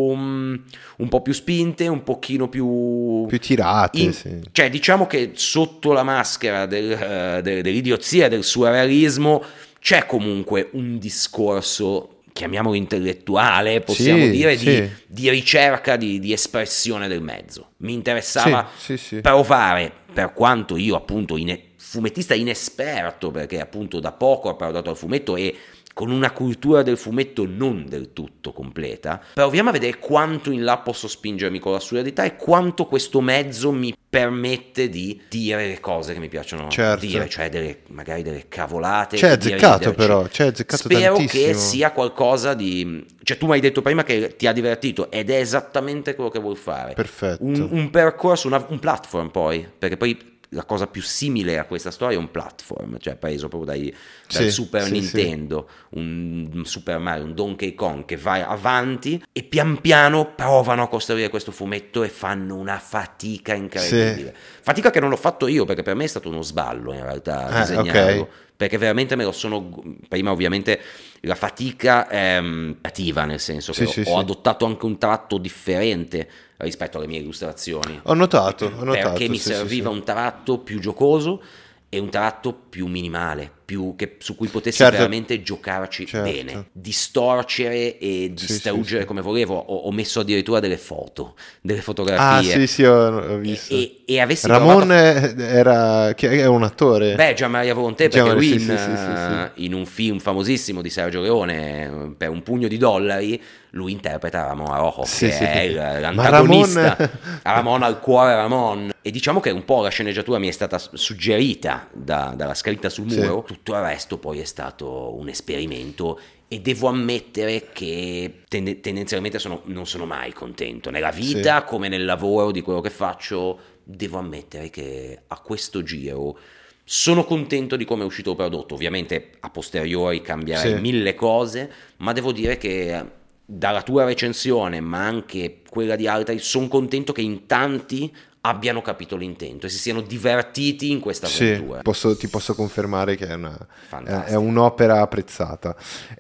Um, un po' più spinte, un pochino più più tirate in, sì. Cioè diciamo che sotto la maschera del, uh, del, dell'idiozia, del surrealismo c'è comunque un discorso, chiamiamolo intellettuale, possiamo sì, dire sì. Di, di ricerca, di, di espressione del mezzo. Mi interessava sì, sì, sì. provare, per quanto io appunto in, fumettista inesperto, perché appunto da poco ho approdato al fumetto e con una cultura del fumetto non del tutto completa, proviamo a vedere quanto in là posso spingermi con la surdità e quanto questo mezzo mi permette di dire le cose che mi piacciono certo. dire, cioè delle, magari delle cavolate. C'è azzeccato però, c'è azzeccato Spero tantissimo. che sia qualcosa di... Cioè tu mi hai detto prima che ti ha divertito ed è esattamente quello che vuoi fare. Perfetto. Un, un percorso, una, un platform poi, perché poi... La cosa più simile a questa storia è un platform, cioè preso proprio dai, dal sì, Super sì, Nintendo, sì. Un, un Super Mario, un Donkey Kong che va avanti e pian piano provano a costruire questo fumetto e fanno una fatica incredibile. Sì. Fatica che non l'ho fatto io, perché per me è stato uno sballo in realtà ah, disegnarlo. Okay. Perché veramente me lo sono... Prima ovviamente la fatica è attiva, nel senso che sì, ho, sì, ho sì. adottato anche un tratto differente rispetto alle mie illustrazioni. Ho notato, ho notato. Perché mi sì, serviva sì, un tratto più giocoso e un tratto più minimale, più che, su cui potessi certo. veramente giocarci certo. bene, distorcere e distruggere sì, sì, come volevo. Ho, ho messo addirittura delle foto, delle fotografie. Ah sì sì, ho, ho visto. E, e, e avessi Ramon provato... era che è un attore. Beh, Gianmaria Volonté, perché Gianmaria, lui sì, in, sì, sì, sì, sì. in un film famosissimo di Sergio Leone, Per un pugno di dollari, lui interpreta Ramon Araujo, sì, che sì. è l'antagonista. Ramon... Ramon al cuore Ramon. E diciamo che un po' la sceneggiatura mi è stata suggerita da, dalla scritta sul muro, sì. Tutto il resto poi è stato un esperimento e devo ammettere che tend- tendenzialmente sono, non sono mai contento. Nella vita sì. come nel lavoro di quello che faccio, devo ammettere che a questo giro... Sono contento di come è uscito il prodotto, ovviamente a posteriori cambierei sì. mille cose, ma devo dire che dalla tua recensione, ma anche quella di altri, sono contento che in tanti abbiano capito l'intento e si siano divertiti in questa avventura. Sì, posso, ti posso confermare che è, una, è un'opera apprezzata.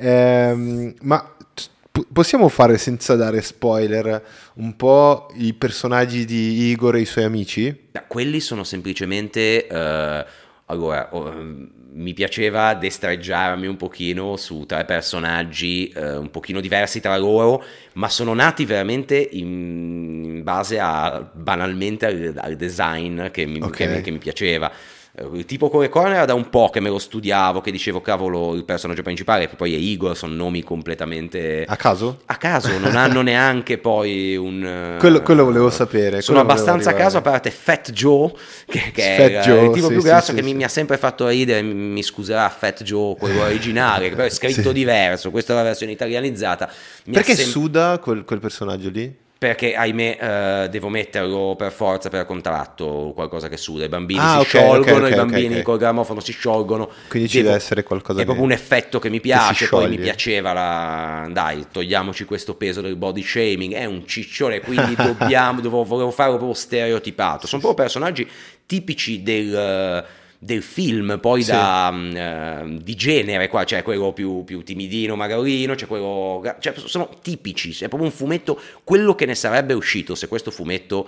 Ehm, ma p- possiamo fare, senza dare spoiler, un po' i personaggi di Igor e i suoi amici? Quelli sono semplicemente... Uh, Allora, oh, mi piaceva destreggiarmi un pochino su tre personaggi eh, un pochino diversi tra loro, ma sono nati veramente in, in base a banalmente al, al design che mi, okay. che, che mi piaceva. Il tipo Core Corner era da un po' che me lo studiavo, che dicevo cavolo il personaggio principale, che poi è Igor, sono nomi completamente a caso? A caso, non hanno neanche poi un quello, quello volevo sapere, sono abbastanza a caso, a parte Fat Joe che, che Fat è Joe, il tipo sì, più sì, grasso sì, che sì. Mi, mi ha sempre fatto ridere, mi, mi scuserà Fat Joe, quello originale, che però è scritto sì. diverso, questa è la versione italianizzata. Mi perché sem- suda quel, quel personaggio lì? Perché, ahimè, eh, devo metterlo per forza per contratto, qualcosa che suda. I bambini Ah, si ok, sciolgono, ok, ok, i bambini ok, ok. col grammofono si sciolgono. Quindi ci Devo- deve essere qualcosa È che- proprio un effetto che mi che piace, si poi mi scioglie. piaceva la... Dai, togliamoci questo peso del body shaming, è un ciccione, quindi dobbiamo, dovevo, volevo farlo proprio stereotipato. Sono proprio personaggi tipici del... del film, poi Sì. da mm, eh, di genere qua, c'è quello più, più timidino, magrolino, c'è quello, cioè sono tipici, è proprio un fumetto, quello che ne sarebbe uscito se questo fumetto,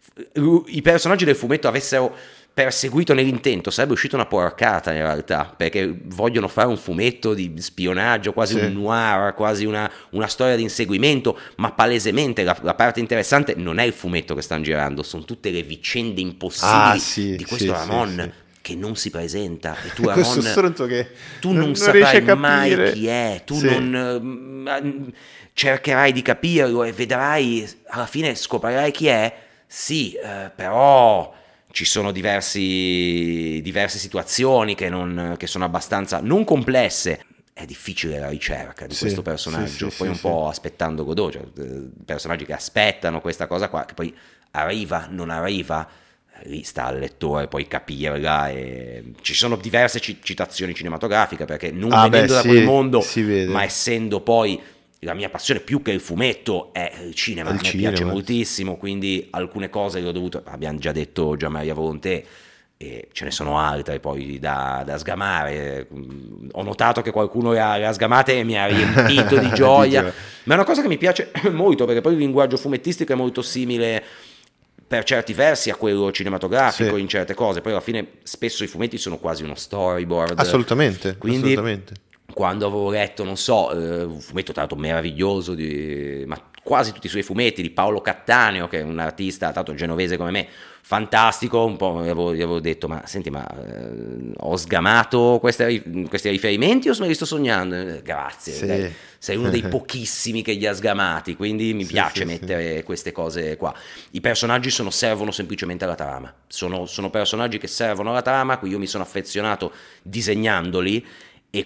i personaggi del fumetto avessero perseguito nell'intento, sarebbe uscita una porcata in realtà, perché vogliono fare un fumetto di spionaggio, quasi Sì. un noir, quasi una, una storia di inseguimento, ma palesemente la, la parte interessante non è il fumetto che stanno girando, sono tutte le vicende impossibili Ah, sì, di questo sì, sì, Ramon sì. che non si presenta, e tu Questo Ramon, stronzo che tu non, non, non saprai riesci a mai capire. chi è, tu Sì. non eh, cercherai di capirlo e vedrai, alla fine scoprirai chi è, sì, eh, però ci sono diversi, diverse situazioni che, non, che sono abbastanza non complesse. È difficile la ricerca di Sì, questo sì, personaggio, sì, poi sì, un sì. po' aspettando Godot, cioè, eh, personaggi che aspettano questa cosa qua, che poi arriva, non arriva, lì sta al lettore poi capirla. E ci sono diverse ci- citazioni cinematografiche, perché non Ah, venendo beh, da quel sì, mondo, si vede. ma essendo poi la mia passione più che il fumetto è il cinema, È il a me cinema. piace moltissimo, quindi alcune cose le ho dovute, abbiamo già detto Gian Maria Volonté, e ce ne sono altre poi da, da sgamare. Mm, ho notato che qualcuno le ha, le ha sgamate e mi ha riempito di gioia, Di gioia. ma è una cosa che mi piace molto, perché poi il linguaggio fumettistico è molto simile per certi versi a quello cinematografico, Sì. in certe cose, poi alla fine spesso i fumetti sono quasi uno storyboard. Assolutamente, Quindi assolutamente. quando avevo letto, non so, eh, un fumetto tra l'altro meraviglioso, di, ma quasi tutti i suoi fumetti, di Paolo Cattaneo, che è un artista tanto genovese come me, fantastico, un po' gli avevo, gli avevo detto, ma senti, ma eh, ho sgamato queste, questi riferimenti o me li sto sognando? Eh, Grazie, Sì. dai, sei uno dei pochissimi che li ha sgamati, quindi mi Sì, piace sì, mettere sì. queste cose qua. I personaggi sono, servono semplicemente alla trama, sono, sono personaggi che servono alla trama, a cui io mi sono affezionato disegnandoli, e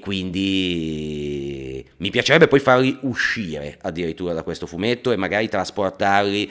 quindi mi piacerebbe poi farli uscire addirittura da questo fumetto e magari trasportarli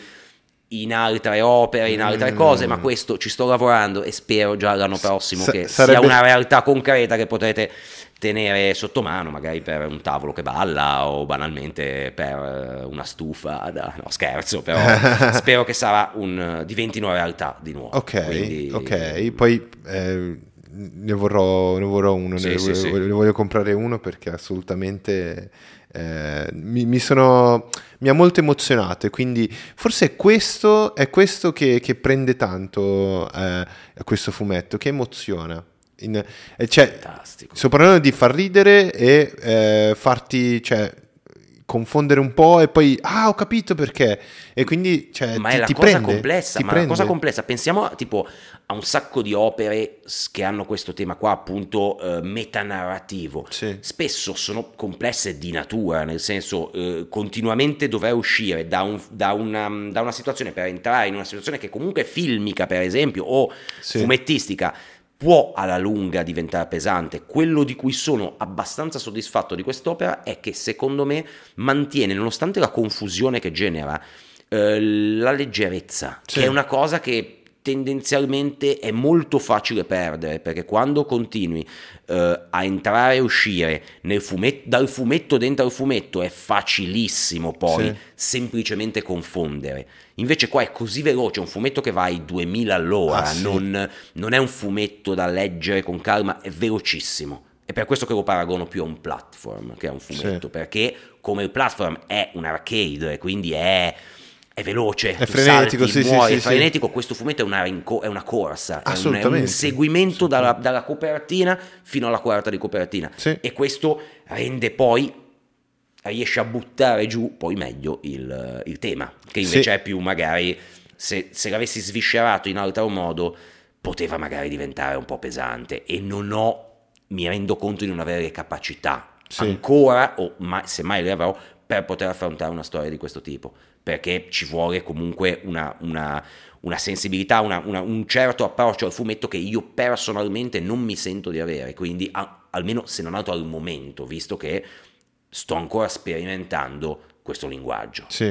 in altre opere, in altre Mm. cose, ma questo ci sto lavorando e spero già l'anno prossimo Sa- che sarebbe- sia una realtà concreta che potrete tenere sotto mano, magari per un tavolo che balla o banalmente per una stufa da... no scherzo, però spero che sarà un... diventi una realtà di nuovo. Ok, Quindi... ok, poi eh, ne vorrò, ne vorrò uno, Sì, ne, sì, sì. ne voglio comprare uno perché assolutamente eh, mi, mi sono, mi ha molto emozionato, e quindi forse è questo, è questo che, che prende tanto eh, questo fumetto, che emoziona. In, eh, cioè, Fantastico. sto parlando di far ridere e eh, farti, cioè, confondere un po' e poi, ah, ho capito perché, e quindi, cioè, ma ti, è la ti cosa prende, complessa, ti ma la cosa prende. complessa, pensiamo a, tipo a un sacco di opere s- che hanno questo tema qua, appunto eh, metanarrativo. Sì. Spesso sono complesse di natura, nel senso eh, continuamente dover uscire da, un- da una, da una situazione per entrare in una situazione che comunque è filmica, per esempio, o Sì. fumettistica, può alla lunga diventare pesante. Quello di cui sono abbastanza soddisfatto di quest'opera è che secondo me mantiene, nonostante la confusione che genera, eh, la leggerezza, Sì. che è una cosa che tendenzialmente è molto facile perdere, perché quando continui eh, a entrare e uscire nel fumetto, dal fumetto dentro al fumetto, è facilissimo poi Sì. semplicemente confondere. Invece qua è così veloce, un fumetto che va ai duemila all'ora, Ah, sì. non, non è un fumetto da leggere con calma, è velocissimo. È per questo che lo paragono più a un platform che a un fumetto, Sì. perché come il platform è un arcade, quindi è, è veloce, È tu frenetico, salti, sì, sì, muori, sì, è frenetico. Questo fumetto è una, rinco- è una corsa, è un, è un Assolutamente. inseguimento dalla, dalla copertina fino alla quarta di copertina, Sì. e questo rende poi, riesce a buttare giù poi meglio il, il tema, che invece Sì. è più magari, se, se l'avessi sviscerato in altro modo, poteva magari diventare un po' pesante, e non ho, mi rendo conto di non avere le capacità Sì. ancora, o ma, se mai le avrò, per poter affrontare una storia di questo tipo, perché ci vuole comunque una, una, una sensibilità, una, una, un certo approccio al fumetto che io personalmente non mi sento di avere, quindi a, almeno se non altro al momento, visto che sto ancora sperimentando questo linguaggio. Sì.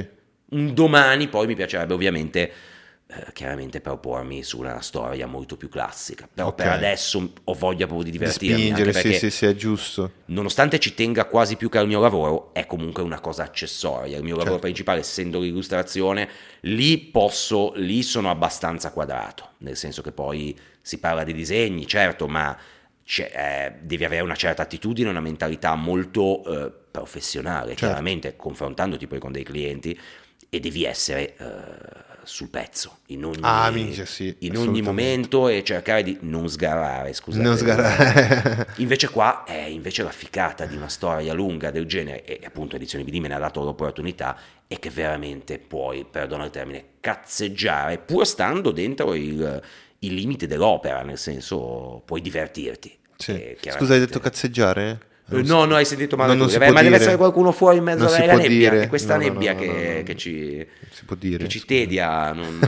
un domani poi mi piacerebbe ovviamente eh, chiaramente propormi su una storia molto più classica, però Ok. per adesso ho voglia proprio di Di divertirmi, spingere, anche sì, perché sì, sì, è giusto. nonostante ci tenga quasi più che al mio lavoro, è comunque una cosa accessoria. Il mio lavoro Certo. principale, essendo l'illustrazione, lì posso, lì sono abbastanza quadrato, nel senso che poi si parla di disegni, certo, ma c'è, eh, devi avere una certa attitudine, una mentalità molto eh, professionale, Certo. chiaramente, confrontandoti poi con dei clienti, e devi essere eh, sul pezzo in ogni, Ah, minchia, sì, in ogni assolutamente. momento, e cercare di non sgarrare, scusate. Non sgarrare. Invece qua è invece la ficata di una storia lunga del genere, e appunto Edizioni B D me ne ha dato l'opportunità, e che veramente puoi, perdono il termine, cazzeggiare, pur stando dentro il, il limite dell'opera, nel senso puoi divertirti. Sì. E Scusa, hai chiaramente- detto cazzeggiare? Eh, No, no, hai sentito male No, tu. non si Deve- può ma deve dire. essere qualcuno fuori in mezzo Non si alla può nebbia. dire. È questa No, no, nebbia no, che, no, no, no. che ci, Non si può dire. che ci scusa. tedia. Non...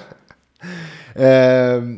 Ehm,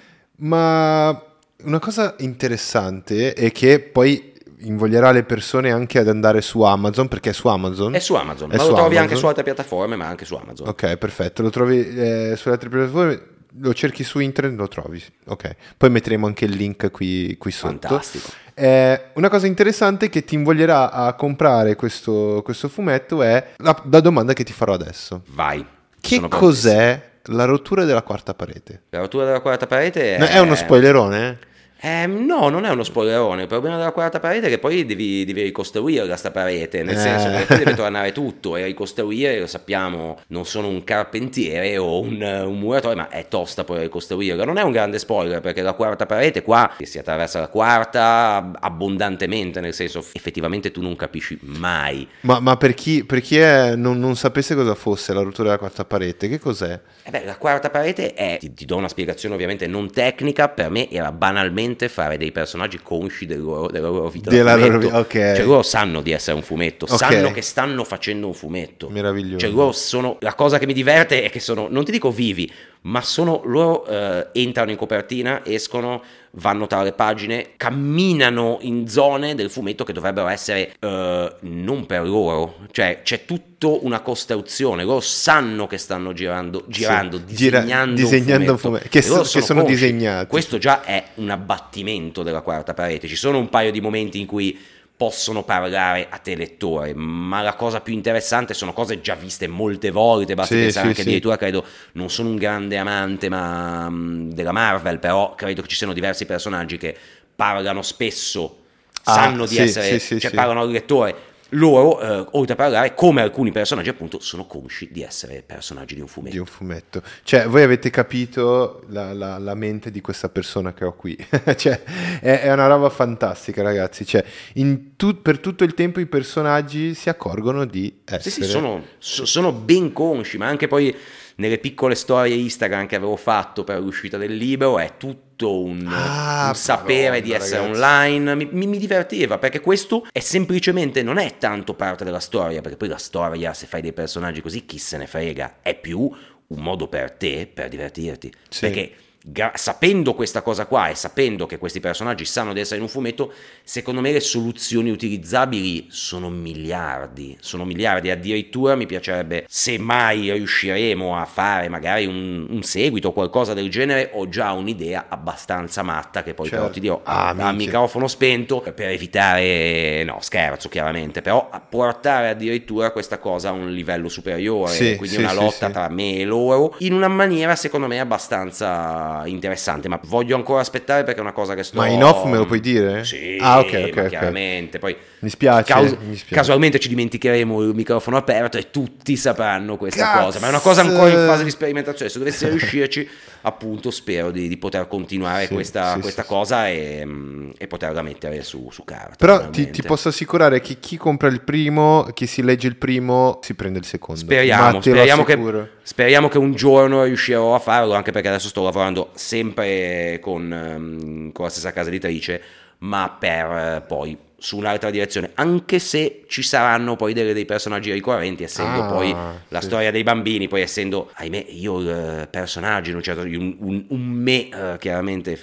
ma una cosa interessante è che poi invoglierà le persone anche ad andare su Amazon, perché è su Amazon. È su Amazon, È ma su lo trovi Amazon. anche su altre piattaforme, ma anche su Amazon. Ok, perfetto. Lo trovi eh, sulle altre piattaforme, lo cerchi su internet, lo trovi. Ok, poi metteremo anche il link qui, qui sotto. Fantastico. Eh, una cosa interessante che ti invoglierà a comprare questo, questo fumetto è la, la domanda che ti farò adesso. Vai. Che Sono prontissimo. cos'è la rottura della quarta parete? La rottura della quarta parete No, È uno spoilerone? Eh, no, non è uno spoilerone. Il problema della quarta parete è che poi devi, devi ricostruirla sta parete, nel Eh. senso che poi deve tornare tutto, e ricostruire, lo sappiamo, non sono un carpentiere o un, un muratore, ma è tosta poi ricostruirla. Non è un grande spoiler, perché la quarta parete qua si attraversa la quarta abbondantemente, nel senso effettivamente tu non capisci mai. Ma, ma per chi, per chi è, non, non sapesse cosa fosse la rottura della quarta parete, che cos'è? Eh beh, la quarta parete è, ti, ti do una spiegazione ovviamente non tecnica, per me era banalmente fare dei personaggi consci del loro, della loro vita da Della loro fumetto. vi- ok. Cioè loro sanno di essere un fumetto, Ok. sanno che stanno facendo un fumetto. Meraviglioso. Cioè loro sono, la cosa che mi diverte è che sono, non ti dico vivi, ma sono, loro eh, entrano in copertina, escono, vanno tra le pagine, camminano in zone del fumetto che dovrebbero essere eh, non per loro, cioè c'è tutta una costruzione, loro sanno che stanno girando, girando, Sì, gira- disegnando, disegnando un fumetto, fumetti, che E loro so- che sono consci. disegnati. Questo già è un abbattimento della quarta parete. Ci sono un paio di momenti in cui possono parlare a te lettore, ma la cosa più interessante sono cose già viste molte volte. Basti Sì, pensare sì, anche sì. addirittura, credo, non sono un grande amante ma mh, della Marvel, però credo che ci siano diversi personaggi che parlano spesso, Ah, sanno di sì, essere, sì, sì, cioè sì. parlano al lettore. Loro, eh, oltre a parlare, come alcuni personaggi appunto, sono consci di essere personaggi di un fumetto. Di un fumetto. Cioè, voi avete capito la, la- la mente di questa persona che ho qui. Cioè, è, è una roba fantastica, ragazzi. Cioè, in tu- per tutto il tempo i personaggi si accorgono di essere... Sì, sì, sono, so- sono ben consci, ma anche poi nelle piccole storie Instagram che avevo fatto per l'uscita del libro è tutto un, Ah, un sapere Madonna, di essere ragazzi. online. Mi, mi- mi divertiva, perché questo è semplicemente, non è tanto parte della storia, perché poi la storia, se fai dei personaggi così, chi se ne frega, è più un modo per te per divertirti. Sì. Perché gra- sapendo questa cosa qua e sapendo che questi personaggi sanno di essere in un fumetto, secondo me le soluzioni utilizzabili sono miliardi, sono miliardi. Addirittura mi piacerebbe, se mai riusciremo a fare magari un, un seguito o qualcosa del genere, ho già un'idea abbastanza matta che poi Certo. però ti dirò Ah, a, a minchia. microfono spento, per evitare, no scherzo chiaramente, però a portare addirittura questa cosa a un livello superiore, Sì, quindi sì, una sì, lotta sì. tra me e loro, in una maniera secondo me abbastanza interessante, ma voglio ancora aspettare perché è una cosa che sto... Ma in off me lo puoi dire? Sì, Ah, ok, ok, ma ok. chiaramente, poi Mi spiace, caus- mi spiace. casualmente ci dimenticheremo il microfono aperto e tutti sapranno questa Cazzo! cosa, ma è una cosa ancora in fase di sperimentazione. Se dovesse riuscirci, appunto, spero di, di poter continuare Sì, questa, sì, questa sì, cosa e, mm, e poterla mettere su, su carta. Però ti, finalmente. ti posso assicurare che chi compra il primo, chi si legge il primo, si prende il secondo. Speriamo, Ma te lo speriamo che, assicuro. speriamo che un giorno riuscirò a farlo, anche perché adesso sto lavorando sempre con, ehm, con la stessa casa editrice, ma per eh, poi su un'altra direzione, anche se ci saranno poi delle- dei personaggi ricorrenti, essendo Ah, poi la sì. storia dei bambini, poi essendo, ahimè, io il personaggio, in un certo, un, un, un me eh, chiaramente f-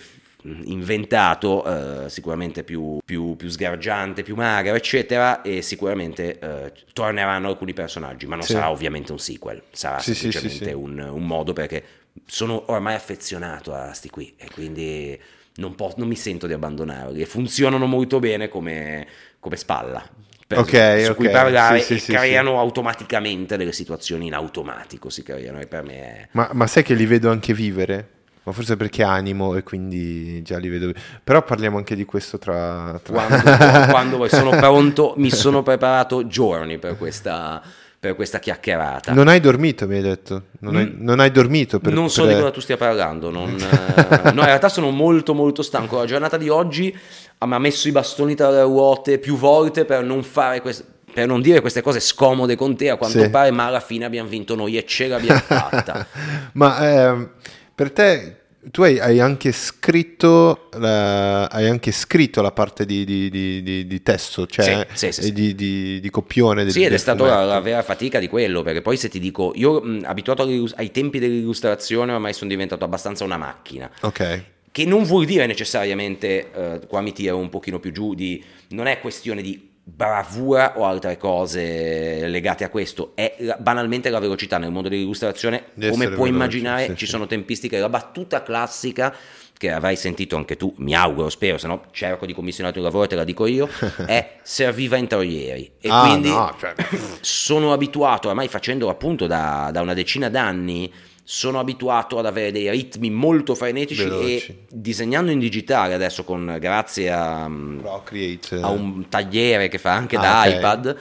inventato, eh, sicuramente più, più, più sgargiante, più magro, eccetera, e sicuramente eh, torneranno alcuni personaggi, ma non Sì. sarà ovviamente un sequel, sarà Sì, sì, semplicemente sì, sì. Un, un modo, perché sono ormai affezionato a sti qui e quindi non, po- non mi sento di abbandonarli, e funzionano molto bene come, come spalla. Per, Ok, su ok. cui parlare, Sì, sì, e sì, creano sì. automaticamente delle situazioni in automatico, si creano, e per me è... Ma, ma sai che li vedo anche vivere? Ma forse perché animo e quindi già li vedo. Però parliamo anche di questo tra... tra... Quando, quando vuoi, sono pronto, mi sono preparato giorni per questa, per questa chiacchierata. Non hai dormito, mi hai detto? Non hai, Mm. non hai dormito per... Non so per- di cosa tu stia parlando, non, eh, no, in realtà sono molto molto stanco. La giornata di oggi mi ha messo i bastoni tra le ruote più volte per non fare queste, per non dire queste cose scomode con te, a quanto Sì. pare, ma alla fine abbiamo vinto noi e ce l'abbiamo fatta. Ma ehm, per te, tu hai, hai anche scritto la, hai anche scritto la parte di, di- di- di- di testo, cioè Sì, sì, sì, e sì. di, di- di copione del, Sì, ed è del stata la, fumetto. la vera fatica di quello, perché poi se ti dico, io mh, abituato all'illus- ai tempi dell'illustrazione, ormai sono diventato abbastanza una macchina. Ok, Che non vuol dire necessariamente, eh, qua mi tiro un pochino più giù, di, non è questione di bravura o altre cose legate a questo, è la- banalmente la velocità nel mondo dell'illustrazione. Di Come essere puoi veloce, immaginare, sì, ci sì. sono tempistiche, la battuta classica, che avrai sentito anche tu, mi auguro, spero, se no cerco di commissionarti un lavoro, te la dico io, è serviva introieri. E Ah, quindi no, cioè- sono abituato, ormai facendolo appunto da, da una decina d'anni, sono abituato ad avere dei ritmi molto frenetici, Veloci. e disegnando in digitale adesso, con, grazie a, Procreate. a un tagliere che fa anche Ah, da ok. iPad,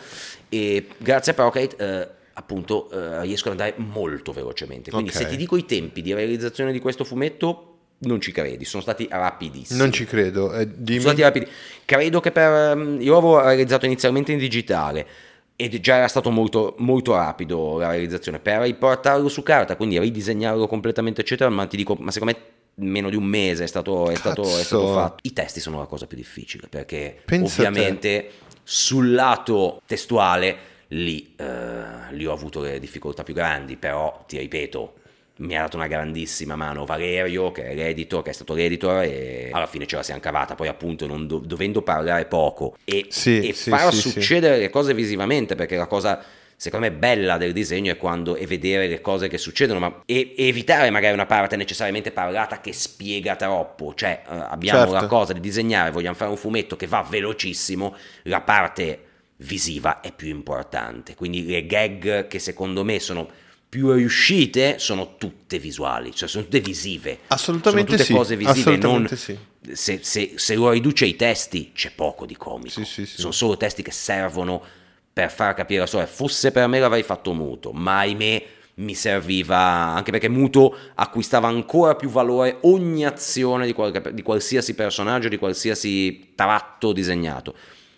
e grazie a Procreate eh, appunto eh, riesco ad andare molto velocemente. Quindi Ok. se ti dico i tempi di realizzazione di questo fumetto, non ci credi, sono stati rapidissimi. Non ci credo. eh, dimmi. Sono stati rapidi. Credo che per... Io l'avevo realizzato inizialmente in digitale, ed già era stato molto, molto rapido la realizzazione. Per riportarlo su carta, quindi ridisegnarlo completamente, eccetera, ma ti dico, ma secondo me meno di un mese è stato, è stato, è stato Cazzo. fatto. I testi sono la cosa più difficile, perché Pensa a te. ovviamente sul lato testuale lì, eh, lì ho avuto le difficoltà più grandi, però ti ripeto, mi ha dato una grandissima mano Valerio, che è l'editor, che è stato l'editor, e alla fine ce la siamo cavata. Poi appunto non do- dovendo parlare poco e, Sì, e sì, far sì, sì. succedere le cose visivamente, perché la cosa secondo me bella del disegno è quando è vedere le cose che succedono, ma e, e evitare magari una parte necessariamente parlata che spiega troppo. Cioè eh, abbiamo Certo. la cosa di disegnare, vogliamo fare un fumetto che va velocissimo, la parte visiva è più importante, quindi le gag che secondo me sono più riuscite sono tutte visuali, cioè sono tutte visive. Assolutamente sono tutte sì, cose visive, assolutamente non, sì. se, se, se lo riduce ai testi c'è poco di comico, Sì, sì, sì. sono solo testi che servono per far capire la storia. Fosse per me l'avrei fatto muto, ma ahimè mi serviva, anche perché muto acquistava ancora più valore ogni azione di, qualche, di qualsiasi personaggio, di qualsiasi tratto disegnato.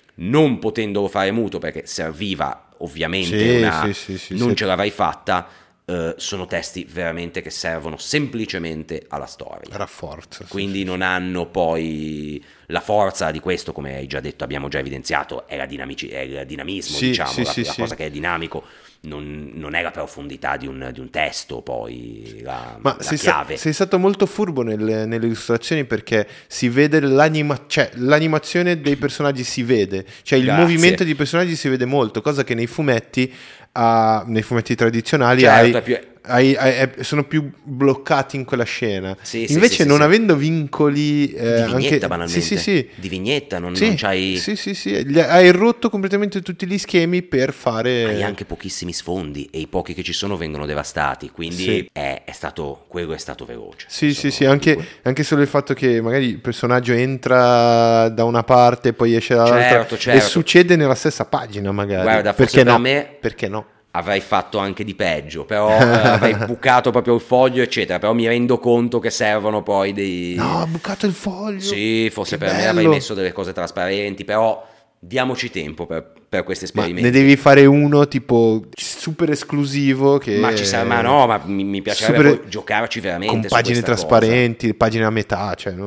Non potendolo fare muto, perché serviva ovviamente Sì, una... sì, sì, sì, non sì. ce l'avrei fatta, eh, sono testi veramente che servono semplicemente alla storia. Rafforza. sì, Quindi sì, non hanno poi la forza di questo, come hai già detto, abbiamo già evidenziato, è, la dinamici- è il dinamismo, Sì, diciamo, sì, la, sì, la sì. cosa che è dinamico, non, non è la profondità di un, di un testo, poi la, Ma la sei, sta- chiave. sei stato molto furbo nelle, nelle illustrazioni, perché si vede l'anima- cioè, l'animazione dei personaggi, si vede, cioè il Grazie. movimento dei personaggi si vede molto, cosa che nei fumetti, ah, nei fumetti tradizionali Certo, hai- è più- hai- hai- hai- sono più bloccati in quella scena. Sì, sì, Invece sì, sì, non sì. avendo vincoli eh, Di vignetta, anche, banalmente. sì, sì, sì. Di vignetta, non, Sì, non c'hai... sì, sì, sì. Gli- hai rotto completamente tutti gli schemi per fare... Hai anche pochissimi sfondi, e i pochi che ci sono vengono devastati, quindi Sì. è, è stato, quello è stato veloce. Sì, Sono sì, sì, anche, due- anche solo il fatto che magari il personaggio entra da una parte e poi esce dall'altra, Certo, e certo. succede nella stessa pagina magari. Guarda, forse perché per no? me- Perché no? Avrei fatto anche di peggio, però eh, avrei bucato proprio il foglio, eccetera. Però mi rendo conto che servono poi dei... No, ha bucato il foglio. Sì, forse Che per me bello. avrei messo delle cose trasparenti, però diamoci tempo per, per questi Ma esperimenti. ne devi fare uno tipo super esclusivo che... Ma ci sa- ma no, ma mi, mi piacerebbe Super- poi giocarci veramente con su pagine questa cosa. trasparenti, pagine a metà, cioè non so.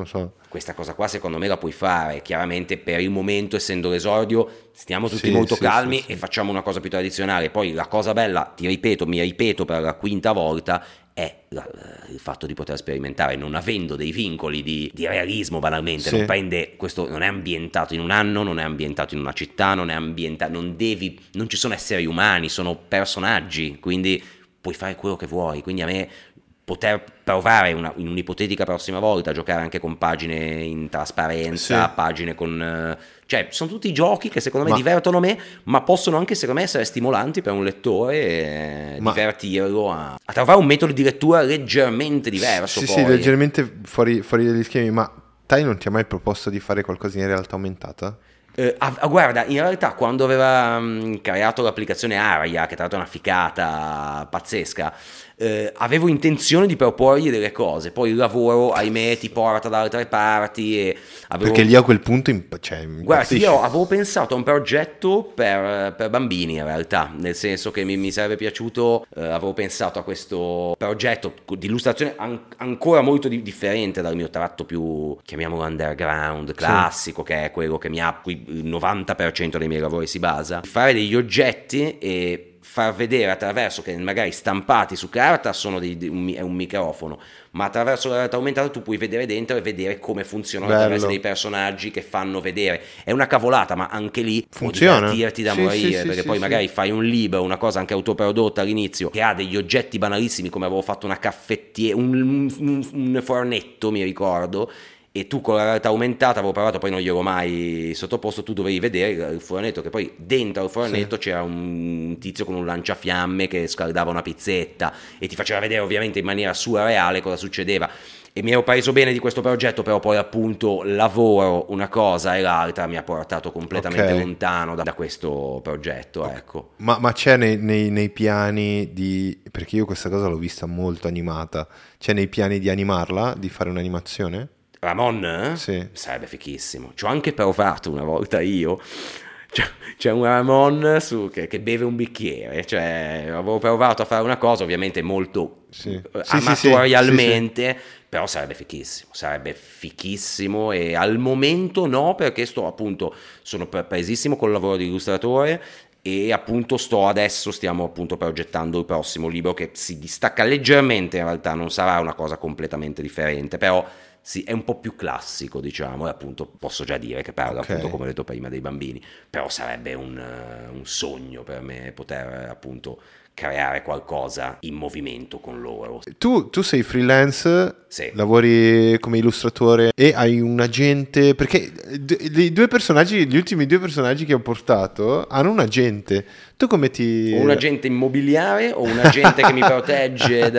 questa cosa qua secondo me la puoi fare. Chiaramente per il momento, essendo l'esordio, stiamo tutti Sì, molto sì, calmi sì, sì. e facciamo una cosa più tradizionale. Poi la cosa bella, ti ripeto, mi ripeto per la quinta volta, è la, il fatto di poter sperimentare, non avendo dei vincoli di, di realismo banalmente. Sì. Non prende questo, non è ambientato in un anno, non è ambientato in una città, non è ambientato, non devi, non ci sono esseri umani, sono personaggi, quindi puoi fare quello che vuoi. Quindi a me poter provare una, in un'ipotetica prossima volta a giocare anche con pagine in trasparenza, Sì. pagine con... eh, cioè sono tutti giochi che secondo me Ma- divertono me, ma possono anche secondo me essere stimolanti per un lettore e Ma- divertirlo a, a trovare un metodo di lettura leggermente diverso. Sì, poi. sì, leggermente fuori, fuori dagli schemi, ma Tai non ti ha mai proposto di fare qualcosa in realtà aumentata? Eh, ah, ah, guarda, in realtà quando aveva mh, creato l'applicazione Aria, che tra l'altro è una ficata pazzesca, eh, avevo intenzione di proporgli delle cose, poi il lavoro, ahimè, ti porta da altre parti e avevo... Perché lì a quel punto imp- cioè, Guarda, impazzisci. io avevo pensato a un progetto per, per bambini in realtà, nel senso che mi, mi sarebbe piaciuto, eh, avevo pensato a questo progetto di illustrazione an- ancora molto di- differente dal mio tratto più, chiamiamolo underground, classico, che è quello che mi ha, cui il novanta per cento dei miei lavori si basa, fare degli oggetti e far vedere attraverso, che magari stampati su carta sono dei, un, è un microfono, ma attraverso la realtà aumentata tu puoi vedere dentro e vedere come funzionano Bello. attraverso dei personaggi che fanno vedere. È una cavolata, ma anche lì Funziona. può divertirti da Sì, morire, sì, sì, perché sì, poi sì. magari fai un libro, una cosa anche autoprodotta all'inizio, che ha degli oggetti banalissimi, come avevo fatto una caffettiera, un, un, un fornetto, mi ricordo, e tu con la realtà aumentata, avevo provato, poi non glielo mai sottoposto, tu dovevi vedere il fornetto, che poi dentro il fornetto sì. C'era un tizio con un lanciafiamme che scaldava una pizzetta e ti faceva vedere ovviamente in maniera surreale cosa succedeva. E mi ero preso bene di questo progetto, però poi appunto lavoro, una cosa e l'altra mi ha portato completamente Ok. lontano da, da questo progetto, ecco. Ma, ma c'è nei, nei- nei piani di... Perché io questa cosa l'ho vista molto animata. C'è nei piani di animarla, di fare un'animazione? Ramon? Eh? Sì. Sarebbe fichissimo. Ci ho anche provato una volta io. C'è, c'è un Ramon su, che, che beve un bicchiere. Cioè, avevo provato a fare una cosa, ovviamente molto Sì. eh, Sì, sì, sì, amatorialmente, sì, sì. però sarebbe fichissimo. Sarebbe fichissimo e al momento no, perché sto appunto, sono pre- presissimo col lavoro di illustratore. E appunto sto adesso stiamo appunto progettando il prossimo libro che si distacca leggermente, in realtà non sarà una cosa completamente differente, però sì, è un po' più classico, diciamo, e appunto posso già dire che parla, Ok. appunto, come ho detto prima, dei bambini, però sarebbe un, uh, un sogno per me poter appunto creare qualcosa in movimento con loro. Tu, tu sei freelance, Sì. lavori come illustratore e hai un agente, perché d- i due personaggi, gli ultimi due personaggi che ho portato hanno un agente. Tu come ti... O un agente immobiliare o un agente che mi protegge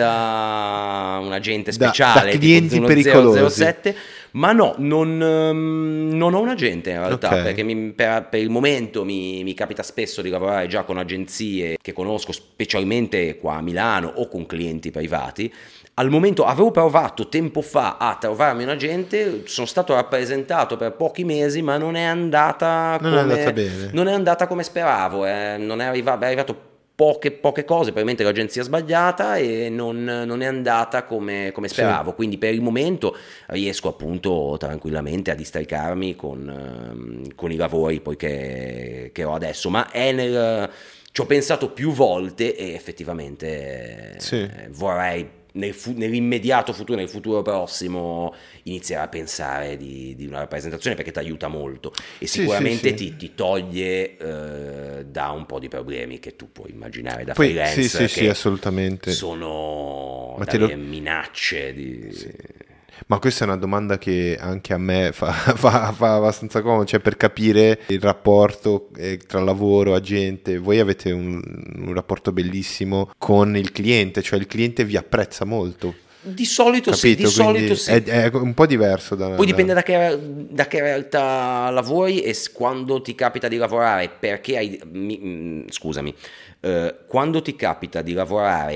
da un agente Da- speciale da clienti tipo uno pericolosi. zero zero sette, ma no, non, um, non ho un agente in realtà, Ok. perché mi- per, per il momento mi, mi capita spesso di lavorare già con agenzie che conosco, specialmente qua a Milano, o con clienti privati. Al momento avevo provato tempo fa a trovarmi un agente, sono stato rappresentato per pochi mesi, ma non è andata Non come, è andata bene. non è andata come speravo, eh. Non è arriva- è arrivato poche, poche cose, probabilmente l'agenzia sbagliata e non, non è andata come, come speravo, Sì. quindi per il momento riesco appunto tranquillamente a districarmi con, ehm, con i lavori poi che, che ho adesso, ma è nel... ci ho pensato più volte e effettivamente Sì. eh, vorrei nel fu- nell'immediato futuro, nel futuro prossimo, iniziare a pensare di, di una rappresentazione, perché ti aiuta molto e Sì, sicuramente sì, sì. Ti, ti toglie eh, da un po' di problemi che tu puoi immaginare da Poi, freelance, sì, sì, che sì, assolutamente. sono Ma te delle lo- minacce di... Ma questa è una domanda che anche a me fa, fa, fa abbastanza comodo, cioè per capire il rapporto eh, tra lavoro, agente. Voi avete un, un rapporto bellissimo con il cliente, cioè il cliente vi apprezza molto. Di solito sì, di Capito? solito Quindi sì. è, è un po' diverso da... Poi da- dipende da che, da che realtà lavori e s- quando ti capita di lavorare, perché hai... mi- mm, scusami, eh, quando ti capita di lavorare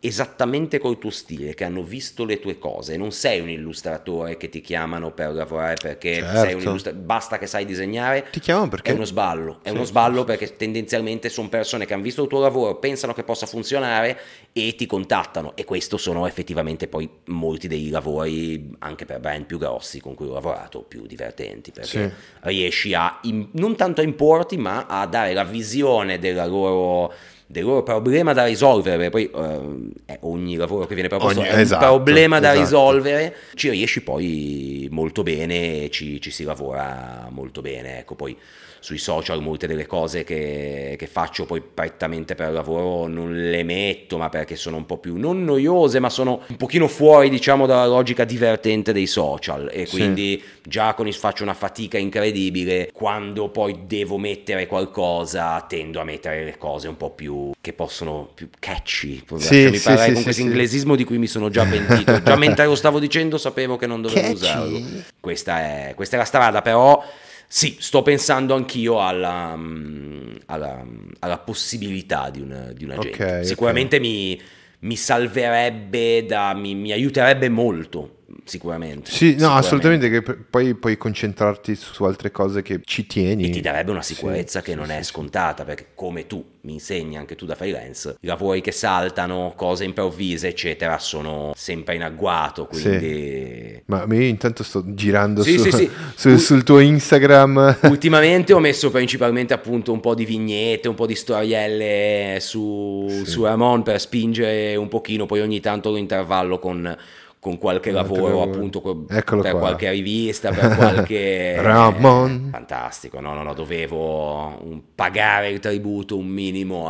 esattamente col tuo stile, che hanno visto le tue cose. Non sei un illustratore che ti chiamano per lavorare perché certo. sei un illustratore, basta che sai disegnare. Ti chiamano perché? È uno sballo, è sì, uno sballo sì, perché sì. tendenzialmente sono persone che hanno visto il tuo lavoro, pensano che possa funzionare e ti contattano, e questo sono effettivamente poi molti dei lavori anche per brand più grossi con cui ho lavorato, più divertenti, perché sì. riesci a in, non tanto a importi, ma a dare la visione della loro del loro problema da risolvere. Poi eh, ogni lavoro che viene proposto ogni, è esatto, un problema da esatto. risolvere, ci riesci poi molto bene, ci, ci si lavora molto bene. Ecco, poi sui social molte delle cose che, che faccio poi prettamente per lavoro non le metto, ma perché sono un po' più non noiose, ma sono un pochino fuori, diciamo, dalla logica divertente dei social, e quindi sì. già con il faccio una fatica incredibile. Quando poi devo mettere qualcosa tendo a mettere le cose un po' più che possono più catchy, sì, lasciami sì, parlare sì, con sì, questo sì. inglesismo di cui mi sono già pentito, già mentre lo stavo dicendo sapevo che non dovevo catchy. usarlo. Questa è, questa è la strada, però sì, sto pensando anch'io alla, alla, alla possibilità di, una, di un agente. Okay, sicuramente okay. mi, mi salverebbe, da, mi, mi aiuterebbe molto. Sicuramente. Sì, no, sicuramente. assolutamente, che poi puoi concentrarti su altre cose che ci tieni. E ti darebbe una sicurezza sì, che sì, non sì, è sì. scontata, perché come tu mi insegni anche tu da freelance, i lavori che saltano, cose improvvise, eccetera, sono sempre in agguato, quindi... Sì. Ma io intanto sto girando sì, su, sì, sì. su, U- sul tuo Instagram. Ultimamente ho messo principalmente appunto un po' di vignette, un po' di storielle su, sì. su Ramon per spingere un pochino, poi ogni tanto lo intervallo con... con qualche lavoro, appunto Eccolo per qua. qualche rivista, per qualche Ramon. Eh, fantastico, no, no, no, dovevo un, pagare il tributo un minimo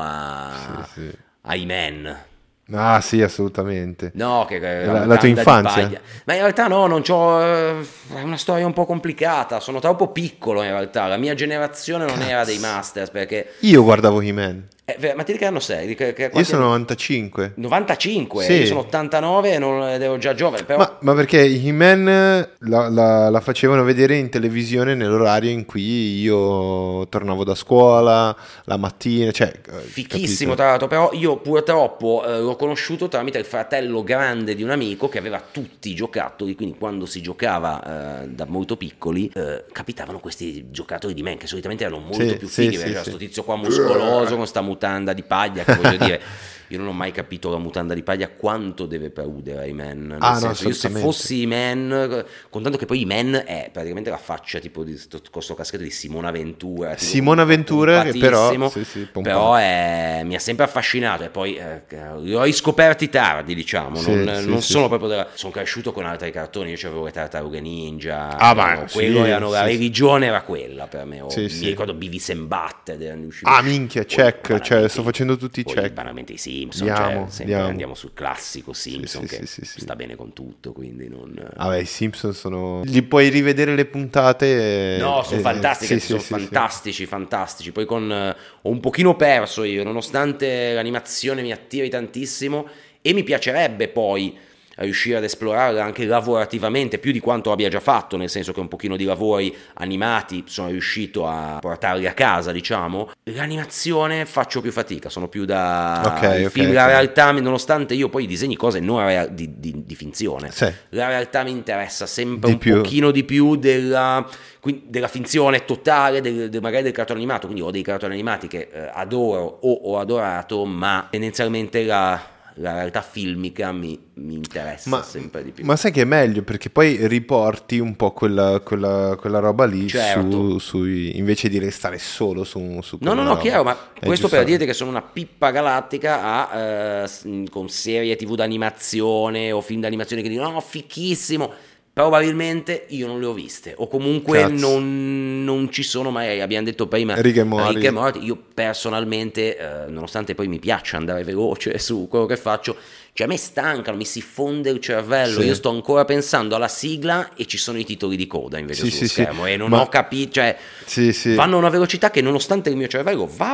a sì, sì. ai men. Ah sì, assolutamente. No, che la, la tua infanzia. Ma in realtà no, non c'ho, è una storia un po' complicata, sono troppo piccolo in realtà, la mia generazione non Cazzo. era dei masters, perché io guardavo He-Man. Eh, ma ti di che anno sei? Che, che, io sono novantacinque. novantacinque? Sì. Io sono ottantanove e non ero già giovane. Però... Ma, ma perché He-Man la, la, la facevano vedere in televisione nell'orario in cui io tornavo da scuola la mattina, cioè... Fichissimo, capito? tra l'altro, però io purtroppo eh, l'ho conosciuto tramite il fratello grande di un amico che aveva tutti i giocattoli, quindi quando si giocava eh, da molto piccoli eh, capitavano questi giocattoli di men che solitamente erano molto sì, più sì, fighi, sì, perché c'era sì. sto tizio qua muscoloso con sta mutanda di paglia, che voglio dire, io non ho mai capito la mutanda di paglia quanto deve prudere ai men, nel ah, senso, no, io se fossi i men, contando che poi i men è praticamente la faccia tipo di sto, questo caschetto di Simona Ventura, tipo, Simona Ventura che però, sì, sì, però è, mi ha sempre affascinato, e poi eh, li ho riscoperti tardi, diciamo, sì, non, sì, non sì, sono sì. proprio della, sono cresciuto con altri cartoni, io avevo le Tartarughe Ninja, ah, erano, ma, quello sì, erano, sì, la sì. religione era quella per me, o, sì, mi sì. ricordo Beavis and Butthead, ah minchia, check, cioè sto facendo tutti i check, banalmente i Simpson, andiamo, cioè, sempre andiamo. andiamo sul classico Simpson, sì, che sì, sì, sì. sta bene con tutto, quindi non... Vabbè, i Simpson sono... Li puoi rivedere le puntate... No, sono e... fantastiche, sì, sono sì, fantastici, sì. fantastici. Poi con... Eh, ho un pochino perso io, nonostante l'animazione mi attiri tantissimo, e mi piacerebbe poi riuscire ad esplorarla anche lavorativamente, più di quanto abbia già fatto, nel senso che un pochino di lavori animati sono riuscito a portarli a casa, diciamo. L'animazione faccio più fatica, sono più da okay, il okay, film, okay. La realtà, nonostante io poi disegni cose non rea- di, di, di finzione, sì. La realtà mi interessa sempre di un più. pochino di più della, della finzione totale, del, del, magari del cartone animato, quindi ho dei cartoni animati che eh, adoro o ho adorato, ma tendenzialmente la... la realtà filmica mi, mi interessa ma, sempre di più. Ma sai che è meglio, perché poi riporti un po' quella, quella, quella roba lì, certo. su, sui, invece di restare solo su, su no no no roba. chiaro, ma è questo giusto. Per dirti che sono una pippa galattica a, eh, con serie tv d'animazione o film d'animazione che dicono no, fichissimo. Probabilmente io non le ho viste, o comunque non, non ci sono mai. Abbiamo detto prima Rick e Morty. Rick e Morty. Io personalmente, eh, nonostante poi mi piaccia andare veloce su quello che faccio, cioè a me stancano, mi si fonde il cervello, sì. Io sto ancora pensando alla sigla e ci sono i titoli di coda invece sì, sullo sì, schermo, sì. e non Ma... ho capito, cioè sì, sì. vanno a una velocità che nonostante il mio cervello va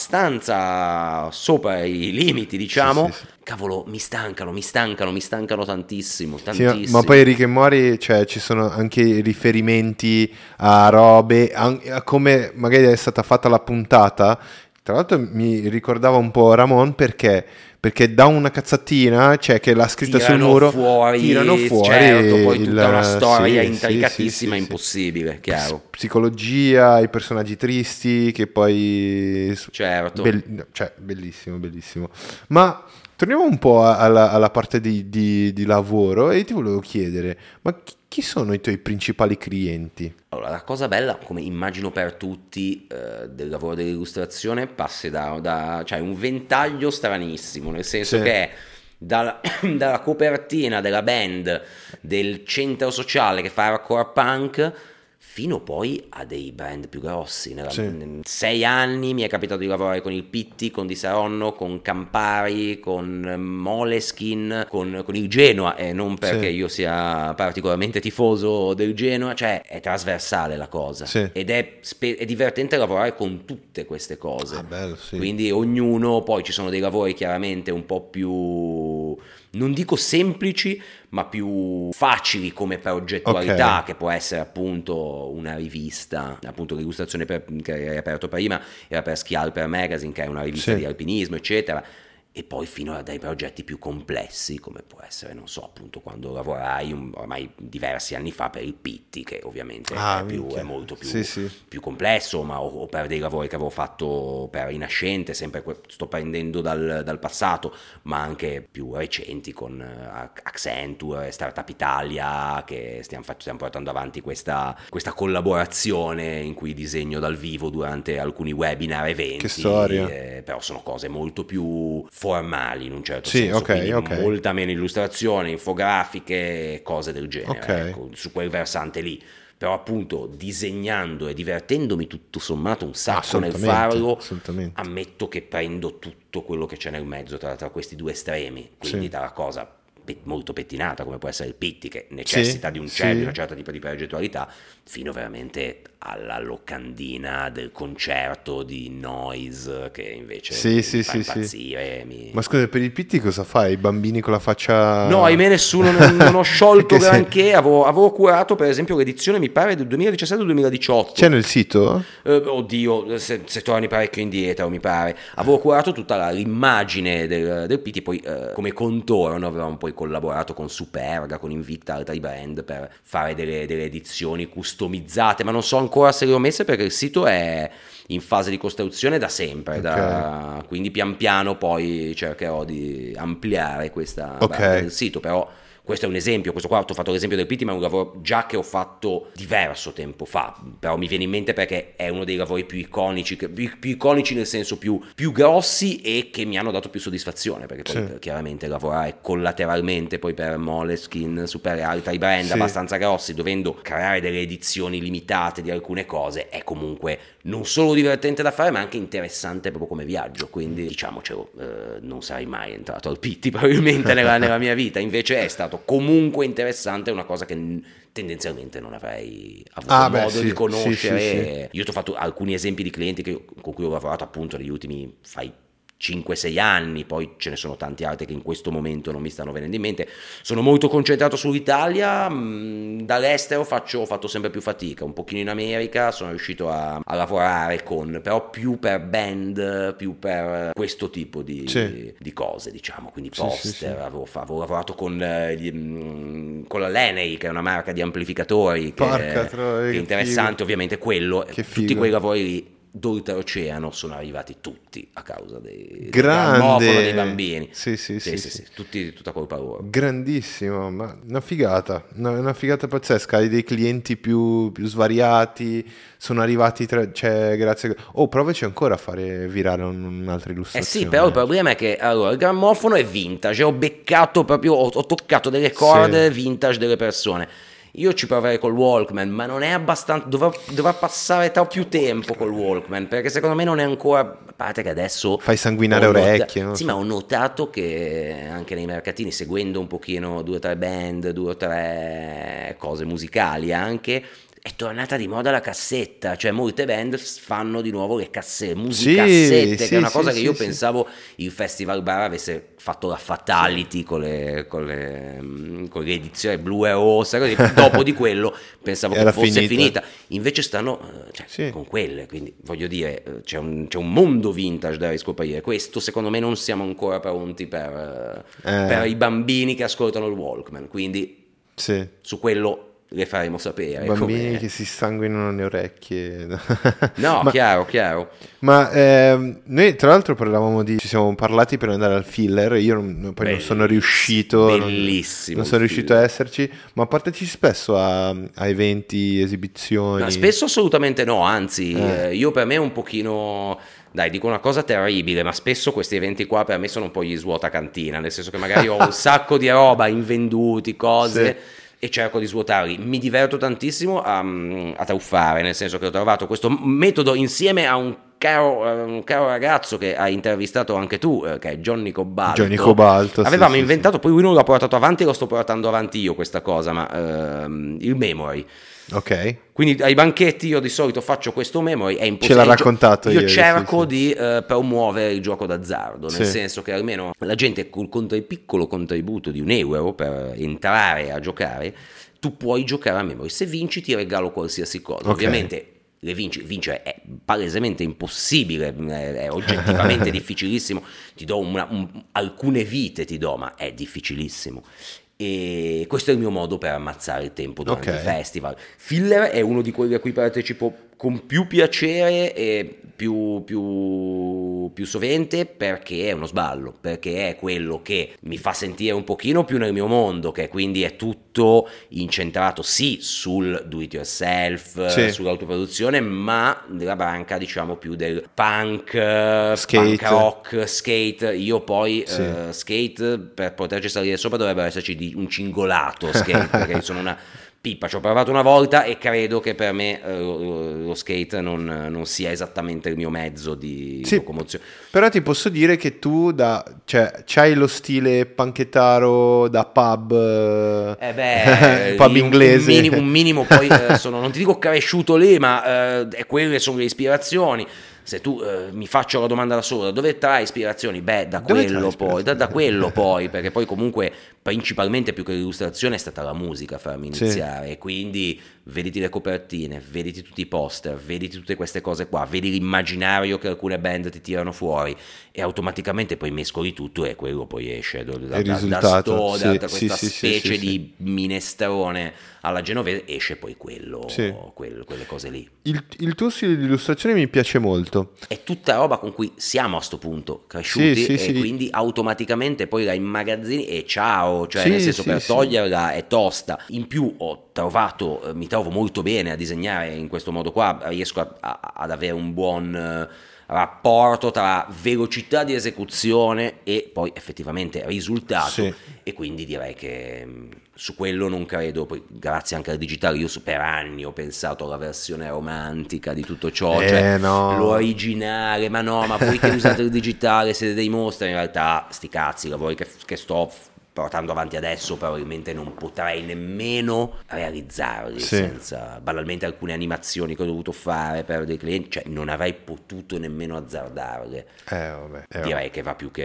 abbastanza sopra i limiti, diciamo, sì, sì, sì. Cavolo, mi stancano, mi stancano, mi stancano tantissimo, tantissimo. Sì, ma poi Rick e Morty, cioè ci sono anche riferimenti a robe, a come magari è stata fatta la puntata, Tra l'altro mi ricordava un po' Ramon perché, perché da una cazzatina, cioè che l'ha scritta sul muro, fuori, tirano fuori certo, poi il, tutta una storia sì, intricatissima, sì, sì, impossibile, sì. chiaro. Psicologia, i personaggi tristi che poi... Certo. Be- cioè, bellissimo, bellissimo. Ma torniamo un po' alla, alla parte di, di, di lavoro e ti volevo chiedere, ma chi, chi sono i tuoi principali clienti? Allora, la cosa bella, come immagino per tutti, eh, del lavoro dell'illustrazione, passi da, da cioè un ventaglio stranissimo, nel senso Sì. che è dalla, dalla copertina della band del centro sociale che fa hardcore punk fino poi a dei brand più grossi. Nella, Sì. in sei anni mi è capitato di lavorare con il Pitti, con Di Saronno, con Campari, con Moleskin, con, con il Genoa, e non perché Sì. io sia particolarmente tifoso del Genoa, cioè è trasversale la cosa. Sì. Ed è, spe- è divertente lavorare con tutte queste cose. Ah, bello, sì. Quindi ognuno, poi ci sono dei lavori chiaramente un po' più, non dico semplici, ma più facili come progettualità, Ok. che può essere appunto una rivista, appunto l'illustrazione per, che hai aperto prima era per Ski Alper Magazine, che è una rivista Sì. di alpinismo, eccetera, e poi fino a dei progetti più complessi, come può essere, non so, appunto quando lavorai un, ormai diversi anni fa per il Pitti, che ovviamente Ah, è, più, minchia. è molto più, Sì, sì. più complesso, ma o, o per dei lavori che avevo fatto per Rinascente, sempre que- sto prendendo dal, dal passato, ma anche più recenti con uh, Accenture, Startup Italia, che stiamo, fac- stiamo portando avanti questa, questa collaborazione in cui disegno dal vivo durante alcuni webinar, eventi. Che storia. Eh, però sono cose molto più formali in un certo Sì, senso, ok, quindi ok. molta meno illustrazione, infografiche, cose del genere, Ok. ecco, su quel versante lì. Però appunto disegnando e divertendomi tutto sommato un sacco nel Assolutamente, farlo, assolutamente. ammetto che prendo tutto quello che c'è nel mezzo tra, tra questi due estremi, quindi Sì. dalla cosa pe- molto pettinata come può essere il Pitti, che necessita Sì, di un sì. certo, di una certa tipo di progettualità, fino veramente alla locandina del concerto di Noise, che invece Sì, mi, sì, mi fa sì, sì. impazzire. mi- Ma scusa, per il Pitti cosa fai? I bambini con la faccia... No, ahimè nessuno, non, non ho sciolto Che se- granché, avevo, avevo curato per esempio l'edizione mi pare del duemiladiciassette duemiladiciotto. C'è nel sito? Eh, oddio, se, se torni parecchio indietro mi pare. Avevo curato tutta la- l'immagine del, del Pitti, poi eh, come contorno avevamo poi collaborato con Superga, con Invicta, altri brand per fare delle, delle edizioni customizzate, ma non so ancora se le ho messe perché il sito è in fase di costruzione da sempre, da- quindi pian piano poi cercherò di ampliare questa Ok. parte del sito, però questo è un esempio, questo qua ho fatto l'esempio del Pitti, ma è un lavoro già che ho fatto diverso tempo fa, però mi viene in mente perché è uno dei lavori più iconici, che- più, più iconici nel senso più, più grossi e che mi hanno dato più soddisfazione, perché poi Sì. eh, chiaramente lavorare collateralmente poi per Moleskin, super altri brand Sì. abbastanza grossi, dovendo creare delle edizioni limitate di alcune cose, è comunque non solo divertente da fare, ma anche interessante proprio come viaggio, quindi diciamocelo, eh, non sarei mai entrato al Pitti probabilmente nella, nella mia vita, invece è stato comunque interessante, una cosa che n- tendenzialmente non avrei avuto Ah, beh, modo sì, di conoscere. sì, sì, Io ti ho fatto alcuni esempi di clienti che- con cui ho lavorato appunto negli ultimi, fai, cinque sei anni, poi ce ne sono tanti altri che in questo momento non mi stanno venendo in mente. Sono molto concentrato sull'Italia, mh, dall'estero faccio, ho fatto sempre più fatica, un pochino in America sono riuscito a, a lavorare con, però più per band, più per questo tipo di, Sì. di cose, diciamo, quindi Sì, poster, sì, sì. Avevo, fa- avevo lavorato con, eh, gli, mh, con la Leney, che è una marca di amplificatori, che, Porca troia, che che è interessante, figo. ovviamente quello, Che tutti figo. quei lavori lì d'oltreoceano sono arrivati tutti a causa dei, del Grande. grammofono dei bambini. Sì, sì, sì, sì. tutti, tutta colpa loro. Grandissimo, ma una figata, una, una figata pazzesca. Hai dei clienti più, più svariati, sono arrivati, tra, cioè, grazie. Oh, provaci ancora a fare virare un, un'altra Eh illustrazione. sì, però il problema è che allora, il grammofono è vintage, ho beccato proprio, ho, ho toccato delle corde Sì. vintage delle persone. Io ci proverei col Walkman, ma non è abbastanza, dovrà, dovrà passare troppo più tempo col Walkman, perché secondo me non è ancora, a parte che adesso Fai sanguinare ho nota- orecchie, non sì, so. ma ho notato che anche nei mercatini, seguendo un pochino due o tre band, due o tre cose musicali anche, è tornata di moda la cassetta, cioè molte band fanno di nuovo le cassette, musicassette, sì, che è una sì, cosa sì, che io sì, pensavo il Festival Bar avesse fatto la fatality con le, con le, con le edizioni blu e rossa, così. Dopo di quello pensavo Era che fosse finita. finita, invece stanno cioè, Sì. con quelle, quindi voglio dire c'è un, c'è un mondo vintage da riscoprire, questo secondo me non siamo ancora pronti per, Eh. per i bambini che ascoltano il Walkman, quindi Sì. su quello le faremo sapere. Bambini come... che si sanguinano le orecchie. No, ma, chiaro, chiaro. Ma ehm, noi tra l'altro parlavamo di... Ci siamo parlati per andare al filler. Io non, poi non sono riuscito. Bellissimo. Non, non sono riuscito filler. a esserci. Ma partecipi spesso a, a eventi, esibizioni? No, spesso assolutamente no. Anzi, Eh. io per me un pochino. Dai, dico una cosa terribile, ma spesso questi eventi qua per me sono un po' gli svuotacantina, nel senso che magari ho un sacco di roba, invenduti, cose. Sì. E cerco di svuotarli. Mi diverto tantissimo a, a truffare, nel senso che ho trovato questo metodo insieme a un caro, un caro ragazzo che hai intervistato anche tu, che è Johnny Cobalto. Johnny Cobalto. Avevamo sì, inventato, sì, poi lui non l'ha portato avanti, lo sto portando avanti io questa cosa, ma ehm, il memory. Ok. Quindi ai banchetti io di solito faccio questo memory, è impossibile. Ce l'ha raccontato io ieri, cerco sì, di eh, promuovere il gioco d'azzardo, nel sì. senso che almeno la gente col contro- piccolo contributo di un euro per entrare a giocare, tu puoi giocare a memory. Se vinci ti regalo qualsiasi cosa. Okay. Ovviamente le vinci, vincere è palesemente impossibile, è oggettivamente difficilissimo. Ti do una, un, alcune vite, ti do, ma è difficilissimo. E questo è il mio modo per ammazzare il tempo durante okay. il festival. Filler è uno di quelli a cui partecipo con più piacere e più, più, più sovente, perché è uno sballo, perché è quello che mi fa sentire un pochino più nel mio mondo, che quindi è tutto incentrato sì sul do it yourself, sì. sull'autoproduzione, ma nella branca diciamo più del punk, skate. Punk rock, skate. Io poi sì. uh, skate, per poterci salire sopra dovrebbe esserci di un cingolato skate, perché sono una pippa, ci ho provato una volta e credo che per me uh, lo skate non, non sia esattamente il mio mezzo di sì, locomozione. Però ti posso dire che tu da, cioè, c'hai lo stile panchettaro da pub, eh beh, pub inglese. Un, un, minimo, un minimo poi eh, sono, non ti dico cresciuto lì, ma eh, quelle sono le ispirazioni. Se tu eh, mi faccio la domanda da solo, dove trai ispirazioni? Beh, da dove quello poi, da, da quello poi, perché poi comunque principalmente più che l'illustrazione è stata la musica a farmi iniziare, sì. E quindi vediti le copertine, vediti tutti i poster, vediti tutte queste cose qua, vedi l'immaginario che alcune band ti tirano fuori e automaticamente poi mescoli tutto e quello poi esce da, da, da, da, sto, sì, da, da questa sì, specie sì, sì, di sì. minestrone alla genovese, esce poi quello, sì. quel, quelle cose lì. Il, il tuo stile di illustrazione mi piace molto. È tutta roba con cui siamo a sto punto cresciuti, sì, sì, e sì. quindi automaticamente poi la immagazzini e ciao, cioè sì, nel senso sì, per sì. toglierla è tosta. In più ho trovato, mi trovo molto bene a disegnare in questo modo qua, riesco a, a, ad avere un buon rapporto tra velocità di esecuzione e poi effettivamente risultato, sì. E quindi direi che su quello non credo, poi grazie anche al digitale io per anni ho pensato alla versione romantica di tutto ciò, eh, cioè no. l'originale, ma no, ma voi che usate il digitale siete dei mostri, in realtà sti cazzi, lavori che, che sto portando avanti adesso probabilmente non potrei nemmeno realizzarli, sì. Senza banalmente alcune animazioni che ho dovuto fare per dei clienti, cioè non avrei potuto nemmeno azzardarle. Eh, vabbè, eh, direi vabbè. che va più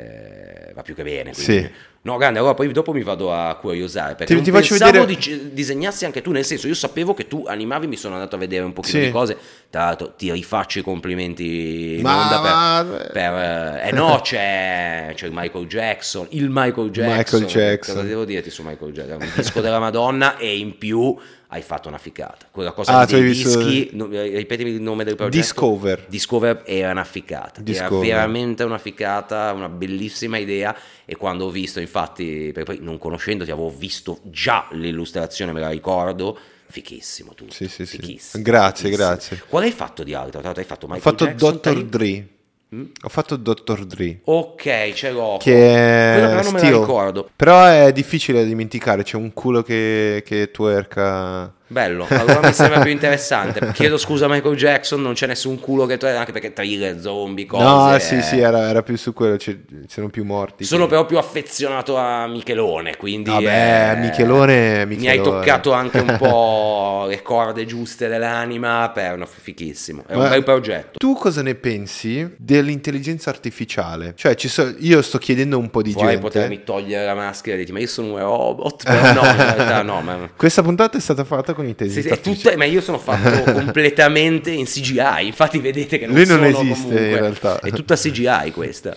che va più che bene, quindi... sì. No, grande, allora poi dopo mi vado a curiosare, perché ti, non ti pensavo vedere... di disegnassi anche tu, nel senso io sapevo che tu animavi, mi sono andato a vedere un pochino sì. di cose, tra l'altro ti rifaccio i complimenti in ma, onda per, ma... per eh no, c'è, c'è il Michael Jackson, il Michael Jackson, Michael Jackson. Cosa devo dirti su Michael Jackson? Un disco della Madonna e in più hai fatto una ficata. Quella cosa ah, dei visto... dischi, no, ripetimi il nome del progetto. Discover. Discover era una ficata. Discover. Era veramente una ficata, una bellissima idea. E quando ho visto, infatti, perché poi non conoscendoti, avevo visto già l'illustrazione, me la ricordo. Fichissimo tutto. Sì, sì, sì. Fichissimo, grazie, fichissimo. grazie. Qual hai fatto di altro? Hai fatto Michael Ho fatto Jackson, doctor hai... Dre. Mm? Ho fatto doctor Dre. Ok, ce l'ho. Che è quello però non me la ricordo. Però è difficile da dimenticare. C'è un culo che, che twerka. Bello, allora mi sembra più interessante. Chiedo scusa a Michael Jackson, non c'è nessun culo che tu anche perché thriller, zombie, cose. No, eh. sì, sì, era, era più su quello, c'è- c'erano più morti. Sono che- però più affezionato a Michelone, quindi Vabbè, eh, Michelone, mi hai Michelone. toccato anche un po' le corde giuste dell'anima, per uno fichissimo, è un Ma bel progetto. tu cosa ne pensi dell'intelligenza artificiale? Cioè, ci so- io sto chiedendo un po' di Vorrei gente. potermi togliere la maschera e dirti ma io sono un robot, però no, in realtà no, ma... Questa puntata è stata fatta con Sì, intelligenza sì, è artificiale. tutta, ma io sono fatto completamente in C G I, infatti vedete che non Lui non sono esiste, comunque, in realtà. è tutta C G I questa.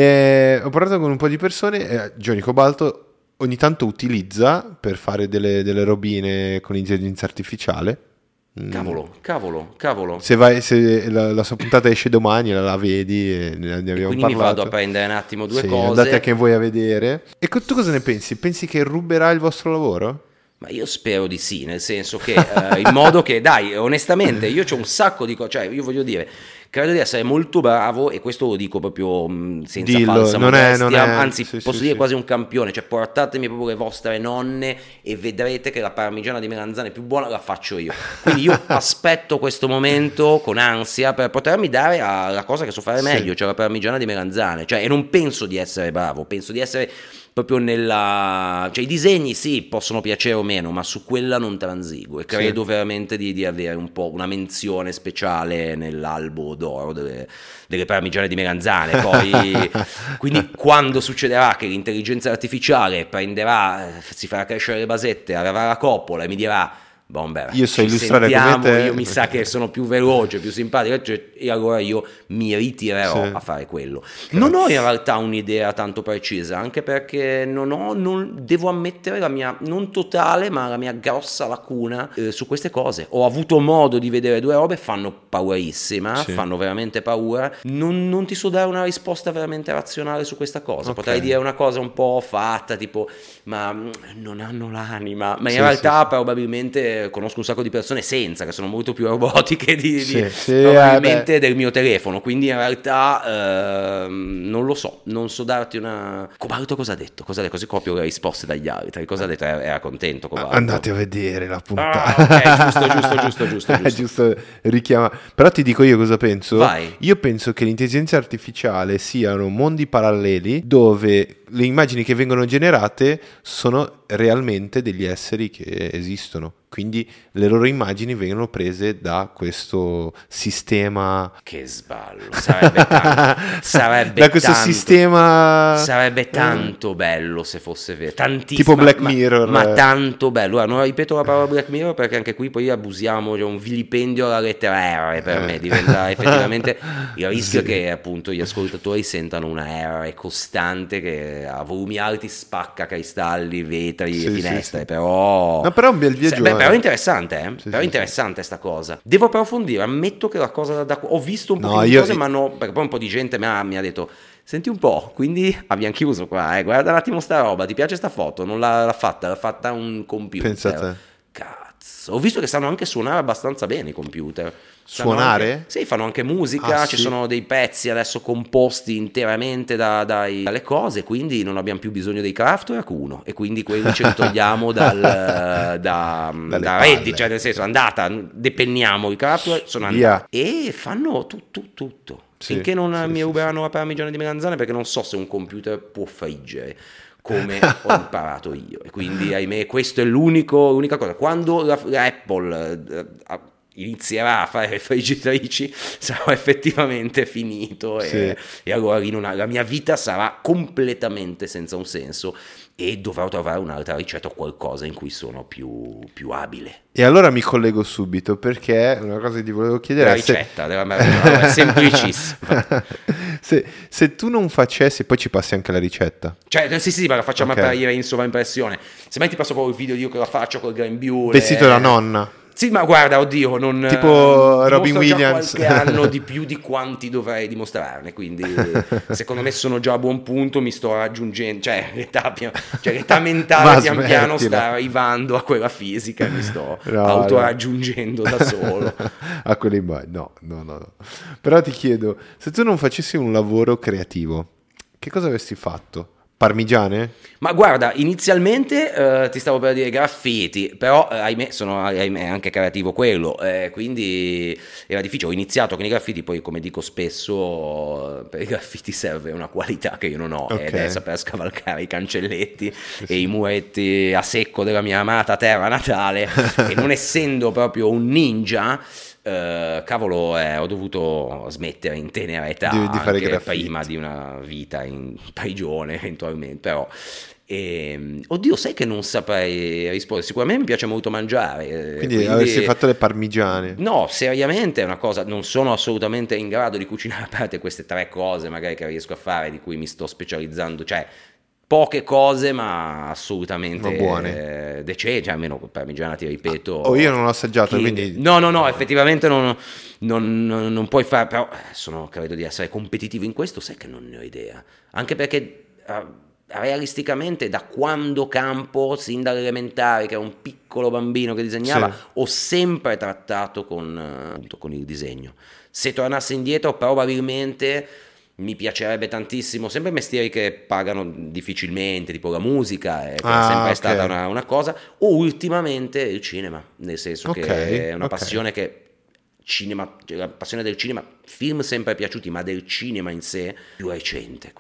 E ho parlato con un po' di persone e Johnny Cobalto ogni tanto utilizza per fare delle, delle robine con intelligenza artificiale. Mm. Cavolo, cavolo, cavolo. Se, vai, se la, la sua puntata esce domani, la, la vedi e ne, ne abbiamo Quindi mi parlato. vado a prendere un attimo due Sì, cose. andate anche voi a vedere. E co- tu cosa ne pensi? Pensi che ruberà il vostro lavoro? Ma io spero di sì, nel senso che eh, in modo che, dai, onestamente, io c'ho un sacco di cose, cioè io voglio dire, credo di essere molto bravo e questo lo dico proprio mh, senza Dillo, falsa non è- modestia, non è- anzi sì, posso sì, dire sì. quasi un campione, cioè portatemi proprio le vostre nonne e vedrete che la parmigiana di melanzane più buona la faccio io. Quindi io aspetto questo momento con ansia per potermi dare alla cosa che so fare Sì. meglio, cioè la parmigiana di melanzane, cioè e non penso di essere bravo, penso di essere proprio nella... cioè i disegni sì, possono piacere o meno, ma su quella non transigo e credo veramente di, di avere un po' una menzione speciale nell'albo d'oro delle, delle parmigiane di melanzane. Poi, quindi quando succederà che l'intelligenza artificiale prenderà, eh, si farà crescere le basette, avrà la coppola e mi dirà Bomber, Io so ci illustrare come sentiamo, te. io mi sa che sono più veloce, più simpatico, cioè, e allora io mi ritirerò Sì. a fare quello. Non ho in realtà un'idea tanto precisa, anche perché non ho, non, devo ammettere la mia, non totale, ma la mia grossa lacuna eh, su queste cose. Ho avuto modo di vedere due robe, fanno paurissima, Sì. fanno veramente paura. Non, non ti so dare una risposta veramente razionale su questa cosa. Ok. Potrei dire una cosa un po' fatta, tipo, ma mm, non hanno l'anima. Ma in Sì, realtà sì, sì. probabilmente conosco un sacco di persone senza, che sono molto più robotiche di, di- Sì, sì, probabilmente eh, del mio telefono, quindi in realtà ehm, non lo so, non so darti una... Cobalto cosa ha detto? Cosa ha detto? Così copio le risposte dagli altri, cosa ha detto? Era, era contento Cobalto? Andate a vedere la puntata. Ah, ok, giusto, giusto, giusto, giusto, È giusto. giusto richiama. Però ti dico io cosa penso. Vai. Io penso che l'intelligenza artificiale siano mondi paralleli dove le immagini che vengono generate sono realmente degli esseri che esistono. Quindi le loro immagini vengono prese da questo sistema. Che sballo, sarebbe tanto, sarebbe da questo tanto- sistema. Sarebbe tanto bello se fosse vero, tantissimo, Tipo Black ma- Mirror. ma tanto bello. Guarda, non ripeto la parola Black Mirror perché anche qui poi abusiamo, c'è un vilipendio alla lettera R per me, diventa effettivamente il rischio Sì. che appunto gli ascoltatori sentano una R costante che a volumi alti spacca cristalli, vetri Sì, e sì, finestre, sì. però... No, però è un bel viaggio. Se- beh, eh. però è interessante, eh? Sì, però è sì, interessante sta cosa. Devo approfondire, ammetto che la cosa da... Ho visto un po' No, di io- cose, ma no, perché poi un po' di gente mi ha, mi ha detto senti un po', quindi abbiamo chiuso qua, eh, guarda un attimo sta roba, ti piace sta foto? Non l'ha, l'ha fatta, l'ha fatta un computer. Pensa a te. Cazzo, ho visto che sanno anche suonare abbastanza bene i computer. Sanno Suonare? anche- sì, fanno anche musica, Ah, ci sì? sono dei pezzi adesso composti interamente da, dai- dalle cose, quindi non abbiamo più bisogno dei Kraftwerk uno, e quindi quelli ce li togliamo dal, da, da palle. Reddit, cioè nel senso andata, depenniamo i Kraftwerk, sono Via. andati. E fanno tu- tu- tutto. Sì, Finché non sì, mi sì, ruberanno la parmigiana di melanzane, perché non so se un computer può friggere come ho imparato io, e quindi ahimè questo è l'unico, l'unica cosa. Quando la, la Apple eh, a- inizierà a fare le friggitrici sarò effettivamente finito, e, Sì. e allora lì non ha- la mia vita sarà completamente senza un senso e dovrò trovare un'altra ricetta o qualcosa in cui sono più, più abile. E allora mi collego subito perché una cosa che ti volevo chiedere La è se- ricetta della merda è semplicissima. se, se tu non facessi, poi ci passi anche la ricetta. Cioè, sì, sì, ma la facciamo Ok. apparire in sovraimpressione. Se mai ti passo proprio il video io che la faccio col grembiule. Vestito da nonna. Sì, ma guarda, oddio, non... Tipo eh, Robin dimostro già Williams. qualche anno di più di quanti dovrei dimostrarne, quindi secondo me sono già a buon punto, mi sto raggiungendo, cioè l'età, pia- cioè, l'età mentale Ma pian piano smettila. sta arrivando a quella fisica, mi sto No, autoraggiungendo da solo. A quelle immagini. No, no, no, no. Però ti chiedo, se tu non facessi un lavoro creativo, che cosa avresti fatto? Parmigiane? Ma guarda, inizialmente eh, ti stavo per dire graffiti, però eh, ahimè sono ahimè, anche creativo quello, eh, quindi era difficile. Ho iniziato con i graffiti, poi come dico spesso, per i graffiti serve una qualità che io non ho, Ok. ed è saper scavalcare i cancelletti Sì, e sì. i muretti a secco della mia amata terra natale, e non essendo proprio un ninja, eh, cavolo, eh, ho dovuto smettere in tenera età, Di- di fare anche graffiti. prima di una vita in prigione eventualmente, però e, oddio, sai che non saprei rispondere. Sicuramente mi piace molto mangiare, eh, Quindi, avresti fatto le parmigiane? no, seriamente è una cosa, non sono assolutamente in grado di cucinare, a parte queste tre cose magari che riesco a fare, di cui mi sto specializzando, cioè poche cose ma assolutamente Ma buone. eh, decenti, cioè almeno parmigiana, ti ripeto. Oh, io non l'ho assaggiato, che- quindi... No, no, no, effettivamente non, non- non- non puoi fare, però eh, sono, credo di essere competitivo in questo, sai che non ne ho idea, anche perché... eh, realisticamente da quando campo, sin dall'elementare, che era un piccolo bambino che disegnava, Sì. ho sempre trattato con, eh, appunto, con il disegno. Se tornassi indietro probabilmente mi piacerebbe tantissimo, sempre mestieri che pagano difficilmente, tipo la musica, eh, che Ah, è sempre ok. stata una, una cosa, o ultimamente il cinema, nel senso Ok, che è una ok. passione che... cinema, la passione del cinema, film sempre piaciuti, ma del cinema in sé più recente,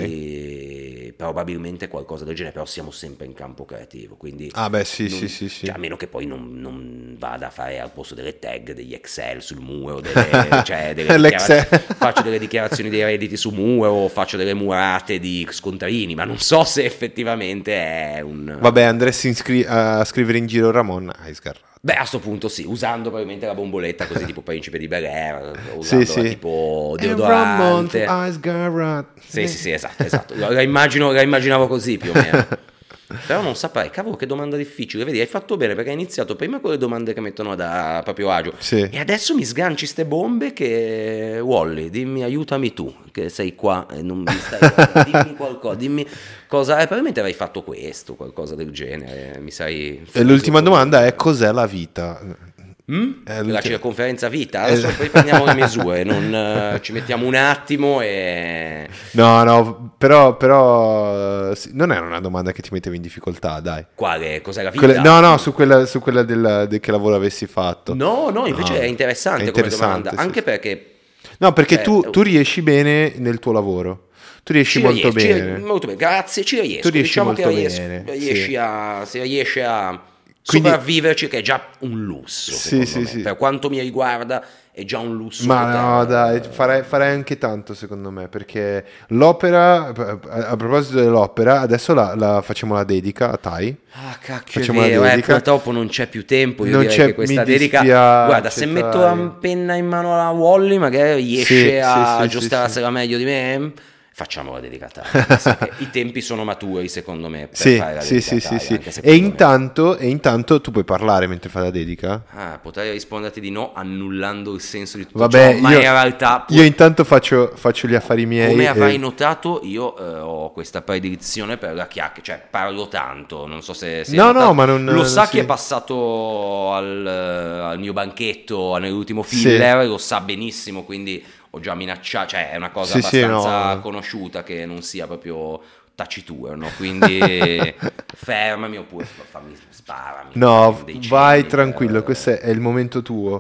quindi probabilmente qualcosa del genere, però siamo sempre in campo creativo, quindi Ah beh, sì, non- sì, sì, sì. cioè, a meno che poi non, non vada a fare al posto delle tag, degli Excel sul muro, delle, cioè delle L'Excel. dichiara- faccio delle dichiarazioni dei redditi su muro, faccio delle murate di scontrini, ma non so se effettivamente è un... Vabbè, andresti in scri- a scrivere in giro Ramon, hai sgarrato. Beh, a sto punto sì, usando probabilmente la bomboletta così tipo Principe di Bel-Air, o Sì, usandola sì. tipo E Ramon, deodorante. hai sgarrato. Sì, sì, sì, esatto, esatto. La, la immagino, la immaginavo così più o meno. Però non saprei, cavolo, che domanda difficile. Vedi, hai fatto bene perché hai iniziato prima con le domande che mettono da proprio agio. Sì. E adesso mi sganci ste bombe che... Wally, dimmi, aiutami tu, che sei qua e non mi stai... dimmi qualcosa, dimmi cosa... Eh, probabilmente avrei fatto questo, qualcosa del genere, mi sai... E l'ultima fuso domanda con- è: cos'è la vita? Mm? Eh, La l'ultima- circonferenza vita, adesso Eh. poi prendiamo le misure, non, eh, ci mettiamo un attimo e... No, no, però, però sì, non era una domanda che ti metteva in difficoltà, dai. Quale? Cos'è la vita? Quelle- no, no, su quella, su quella del, del che lavoro avessi fatto. No, no, invece No, è interessante, è come interessante, domanda, sì, anche sì. perché... No, perché cioè, tu, tu riesci bene nel tuo lavoro. Tu riesci ci molto riesci, ci- bene. molto bene, grazie, ci riesco. Tu riesci diciamo molto che riesco- bene, riesci sì. a, si riesce a Quindi- sopravviverci, che è già un lusso, Sì, secondo sì, me. sì. Per quanto mi riguarda è già un lusso. Ma poter- no, dai, farei, farei anche tanto secondo me, perché l'opera, a, a proposito dell'opera, adesso la, la facciamo la dedica a Tai. Ah, cacchio, Facciamo è la vero, eh, dedica. purtroppo non c'è più tempo. Io Non direi c'è- che questa mi dedica, dispiace, guarda, se metto dai. la penna in mano alla Wally, magari riesce Sì, a sì, sì, aggiustarsela meglio di me. Facciamo la dedica a Tai, sai che i tempi sono maturi, secondo me, per Sì, fare la sì, dedica sì, a sì, Tai, sì. anche E secondo me. intanto, e intanto tu puoi parlare mentre fai la dedica? Ah, potrei risponderti di no, annullando il senso di tutto Vabbè, ciò, ma io, in realtà... io intanto faccio, faccio gli affari miei. Come e- avrai notato, io eh, ho questa predilezione per la chiacchiera, cioè parlo tanto, non so se... se hai No, no, notato. ma non- Lo non sa si- chi è passato al, eh, al mio banchetto nell'ultimo Sì. filler, lo sa benissimo, quindi ho già minacciato, cioè è una cosa Sì, sì, abbastanza no. conosciuta che non sia proprio taciturno, quindi fermami oppure fammi, sparami. No, dei cenni vai per- tranquillo, questo è il momento tuo.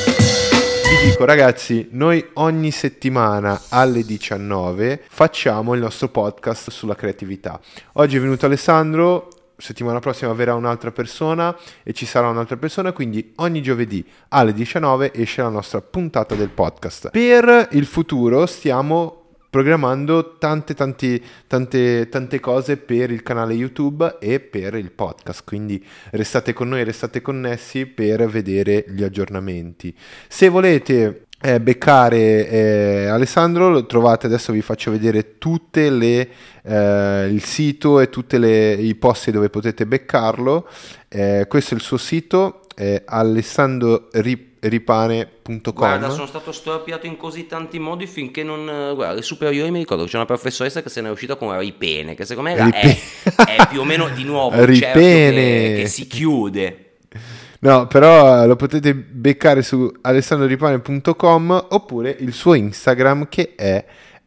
Vi dico ragazzi, noi ogni settimana alle diciannove facciamo il nostro podcast sulla creatività. Oggi è venuto Alessandro, settimana prossima verrà un'altra persona e ci sarà un'altra persona, quindi ogni giovedì alle diciannove esce la nostra puntata del podcast. Per il futuro stiamo programmando tante, tanti, tante, tante cose per il canale YouTube e per il podcast, quindi restate con noi, restate connessi per vedere gli aggiornamenti. Se volete eh, beccare eh, Alessandro, lo trovate, adesso vi faccio vedere tutte le eh, il sito e tutti i posti dove potete beccarlo. Eh, questo è il suo sito, è alessandro ripane punto com. Guarda, sono stato storpiato in così tanti modi finché non... Guarda, alle superiori mi ricordo che c'è una professoressa che se ne è uscita con Ripene, che secondo me era- è, Ripene. è più o meno di nuovo un cerchio Ripene. che, che si chiude. No, però lo potete beccare su alessandro ripane punto com oppure il suo Instagram che è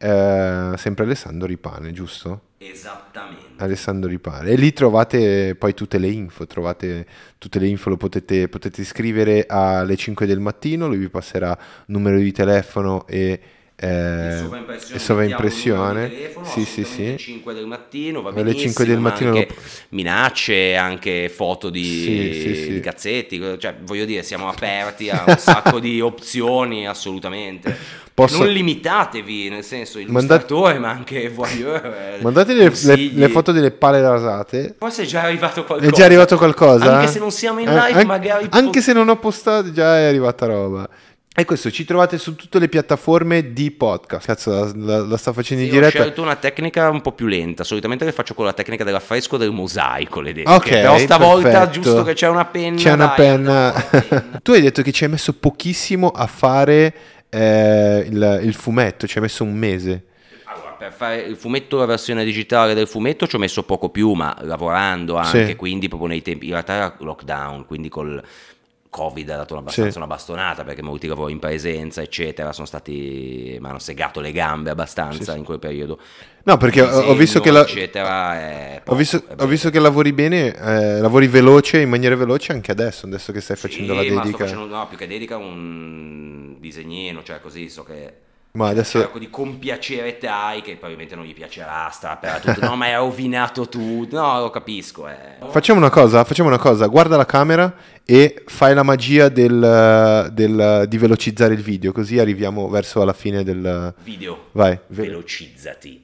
eh, sempre Alessandro Ripane, giusto? Esattamente. Alessandro Ripane. E lì trovate poi tutte le info, trovate tutte le info, lo potete, potete scrivere alle cinque del mattino, lui vi passerà numero di telefono e Eh, sovraimpressione, sovraimpressione. Telefono, sì sì sì alle cinque del mattino va alle benissimo, cinque del mattino anche lo... minacce, anche foto di, sì, sì, sì. di cazzetti, cioè voglio dire siamo aperti a un sacco di opzioni assolutamente. Posso... non limitatevi, nel senso illustratore Mandat... ma anche voyeur, mandate le, le, le foto delle pale rasate, forse è già arrivato qualcosa, è già arrivato qualcosa anche se non siamo in live, An- magari anche po- se non ho postato già è arrivata roba. E questo ci trovate su tutte le piattaforme di podcast. Cazzo, la, la, la sto facendo sì, in diretta. Ho scelto una tecnica un po' più lenta. Solitamente le faccio con la tecnica dell'affresco del mosaico. Le dediche. Ok, però stavolta perfetto. Giusto che c'è una penna. C'è una dai, penna. una penna. Tu hai detto che ci hai messo pochissimo a fare eh, il, il fumetto. Ci hai messo un mese. Allora, per fare il fumetto, la versione digitale del fumetto ci ho messo poco più, ma lavorando anche, sì. Quindi proprio nei tempi. In realtà era lockdown, quindi col Covid ha dato abbastanza sì. una bastonata, perché molti lavori in presenza eccetera sono stati, mi hanno segato le gambe abbastanza sì, in quel periodo. No, perché disegno, ho visto che la... eccetera è poco, ho, visto, ho visto che lavori bene, eh, lavori veloce, in maniera veloce anche adesso, adesso che stai facendo sì, la dedica. Ma sto facendo, no, più che dedica un disegnino, cioè così so che ma adesso cerco di compiacere Tai, che probabilmente non gli piacerà, strapperà tutto, no ma hai rovinato tutto, no lo capisco. Eh. Facciamo una cosa, facciamo una cosa, guarda la camera e fai la magia del, del, di velocizzare il video, così arriviamo verso la fine del video. Vai. Velocizzati.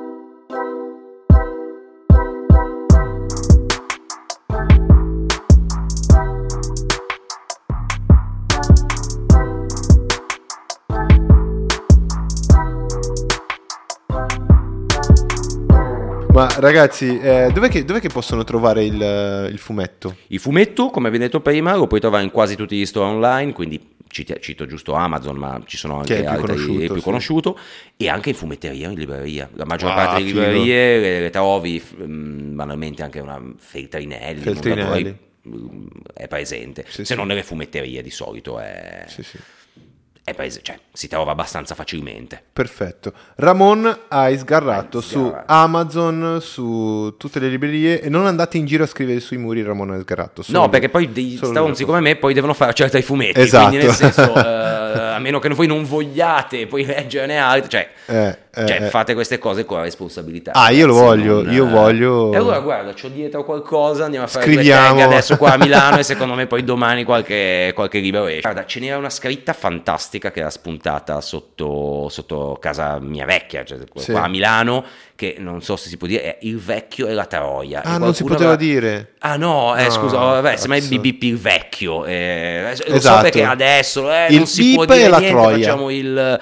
Ma ragazzi, eh, dov'è, che, dov'è che possono trovare il, il fumetto? Il fumetto, come vi ho detto prima, lo puoi trovare in quasi tutti gli store online, quindi cito, cito giusto Amazon, ma ci sono anche più altri, conosciuto, più sì. conosciuto, e anche in fumetteria, in libreria. La maggior ah, parte delle figo. librerie le, le trovi, mh, banalmente anche una Feltrinelli, Feltrinelli. Mh, è presente, sì, se sì. non nelle fumetterie di solito è... Sì, sì. È paese, cioè, si trova abbastanza facilmente. Perfetto. Ramon hai sgarrato hai su Amazon, su tutte le librerie, e non andate in giro a scrivere sui muri Ramon hai sgarrato. No, perché poi dei stronzi come me poi devono fare certi fumetti, esatto. Quindi nel senso, uh, a meno che voi non vogliate poi leggerne altri, cioè, eh, eh, cioè eh. fate queste cose con la responsabilità. Ah, io lo voglio, non, io voglio... E allora guarda, c'ho dietro qualcosa, andiamo a fare Scriviamo. due tag adesso qua a Milano e secondo me poi domani qualche, qualche libro esce. Guarda, ce n'era una scritta fantastica che era spuntata sotto, sotto casa mia vecchia, cioè qua sì. a Milano, che non so se si può dire, è Il Vecchio e la Troia. Ah, non si poteva aveva... dire. Ah no, eh, no scusa, vabbè, sembra il B B P Il Vecchio. Eh, lo esatto. so perché adesso eh, il non si può dire dire la niente, Troia. Facciamo il,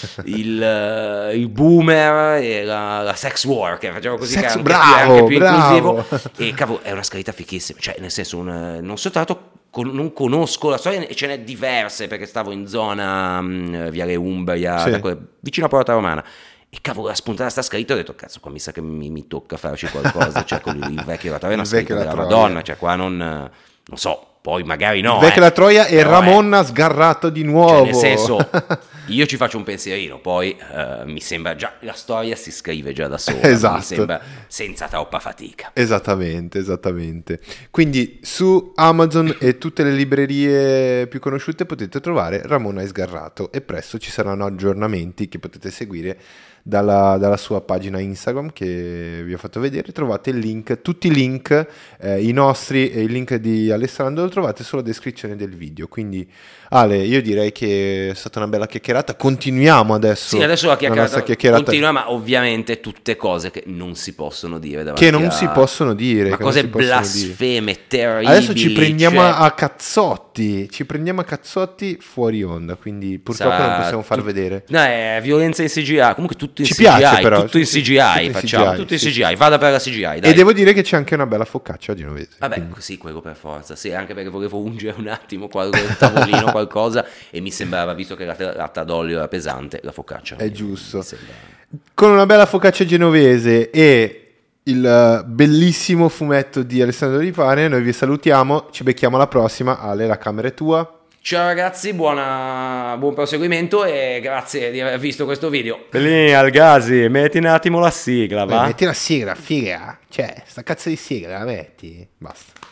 il, il boomer e la, la sex worker, facciamo così, sex, che è anche, bravo, più, anche più bravo. inclusivo. E cavolo, è una scritta fichissima, cioè nel senso, un, non soltanto non conosco la storia, e ce n'è diverse perché stavo in zona um, Viale Umbria, sì. quella, vicino a Porta Romana, e cavolo, la spuntata sta scritta, ho detto cazzo, qua mi sa che mi, mi tocca farci qualcosa, cioè con il Vecchio e la Troia è una scritta della Troia. Madonna, cioè qua non, non so, poi magari no. Il Vecchio e eh. la Troia e Però Ramon ha sgarrato di nuovo. Cioè, nel senso, io ci faccio un pensierino, poi uh, mi sembra già, la storia si scrive già da sola, esatto. mi sembra senza troppa fatica. Esattamente, esattamente. Quindi su Amazon e tutte le librerie più conosciute potete trovare Ramon hai sgarrato, e presto ci saranno aggiornamenti che potete seguire dalla, dalla sua pagina Instagram che vi ho fatto vedere. Trovate il link, tutti i link, eh, i nostri e il link di Alessandro lo trovate sulla descrizione del video. Quindi Ale, io direi che è stata una bella chiacchierata, continuiamo adesso. Sì, adesso la chiacchierata, la chiacchierata continua, ma ovviamente tutte cose che non si possono dire davanti che non a... si possono dire, ma che cose non si blasfeme, dire. terribili. Adesso ci prendiamo cioè... a cazzotti, ci prendiamo a cazzotti fuori onda, quindi purtroppo Sa... non possiamo far tu... vedere. No, è violenza in C G I, comunque tutto in ci C G I, piace però, tutto in C G I, tutto in facciamo, C G I, tutto in sì, C G I, sì. vada per la C G I, dai. E devo dire che c'è anche una bella focaccia genovese. Vabbè, quindi. sì, quello per forza, sì, anche perché volevo ungere un attimo qua il tavolino qualcosa e mi sembrava, visto che la latta d'olio era pesante, la focaccia. È giusto. Con una bella focaccia genovese e il bellissimo fumetto di Alessandro Ripane noi vi salutiamo, ci becchiamo alla prossima. Ale, la camera è tua. Ciao ragazzi, buona, buon proseguimento e grazie di aver visto questo video. Lì al Gasi, metti un attimo la sigla, va? Beh, metti la sigla, figa. Cioè, sta cazzo di sigla, la metti? Basta.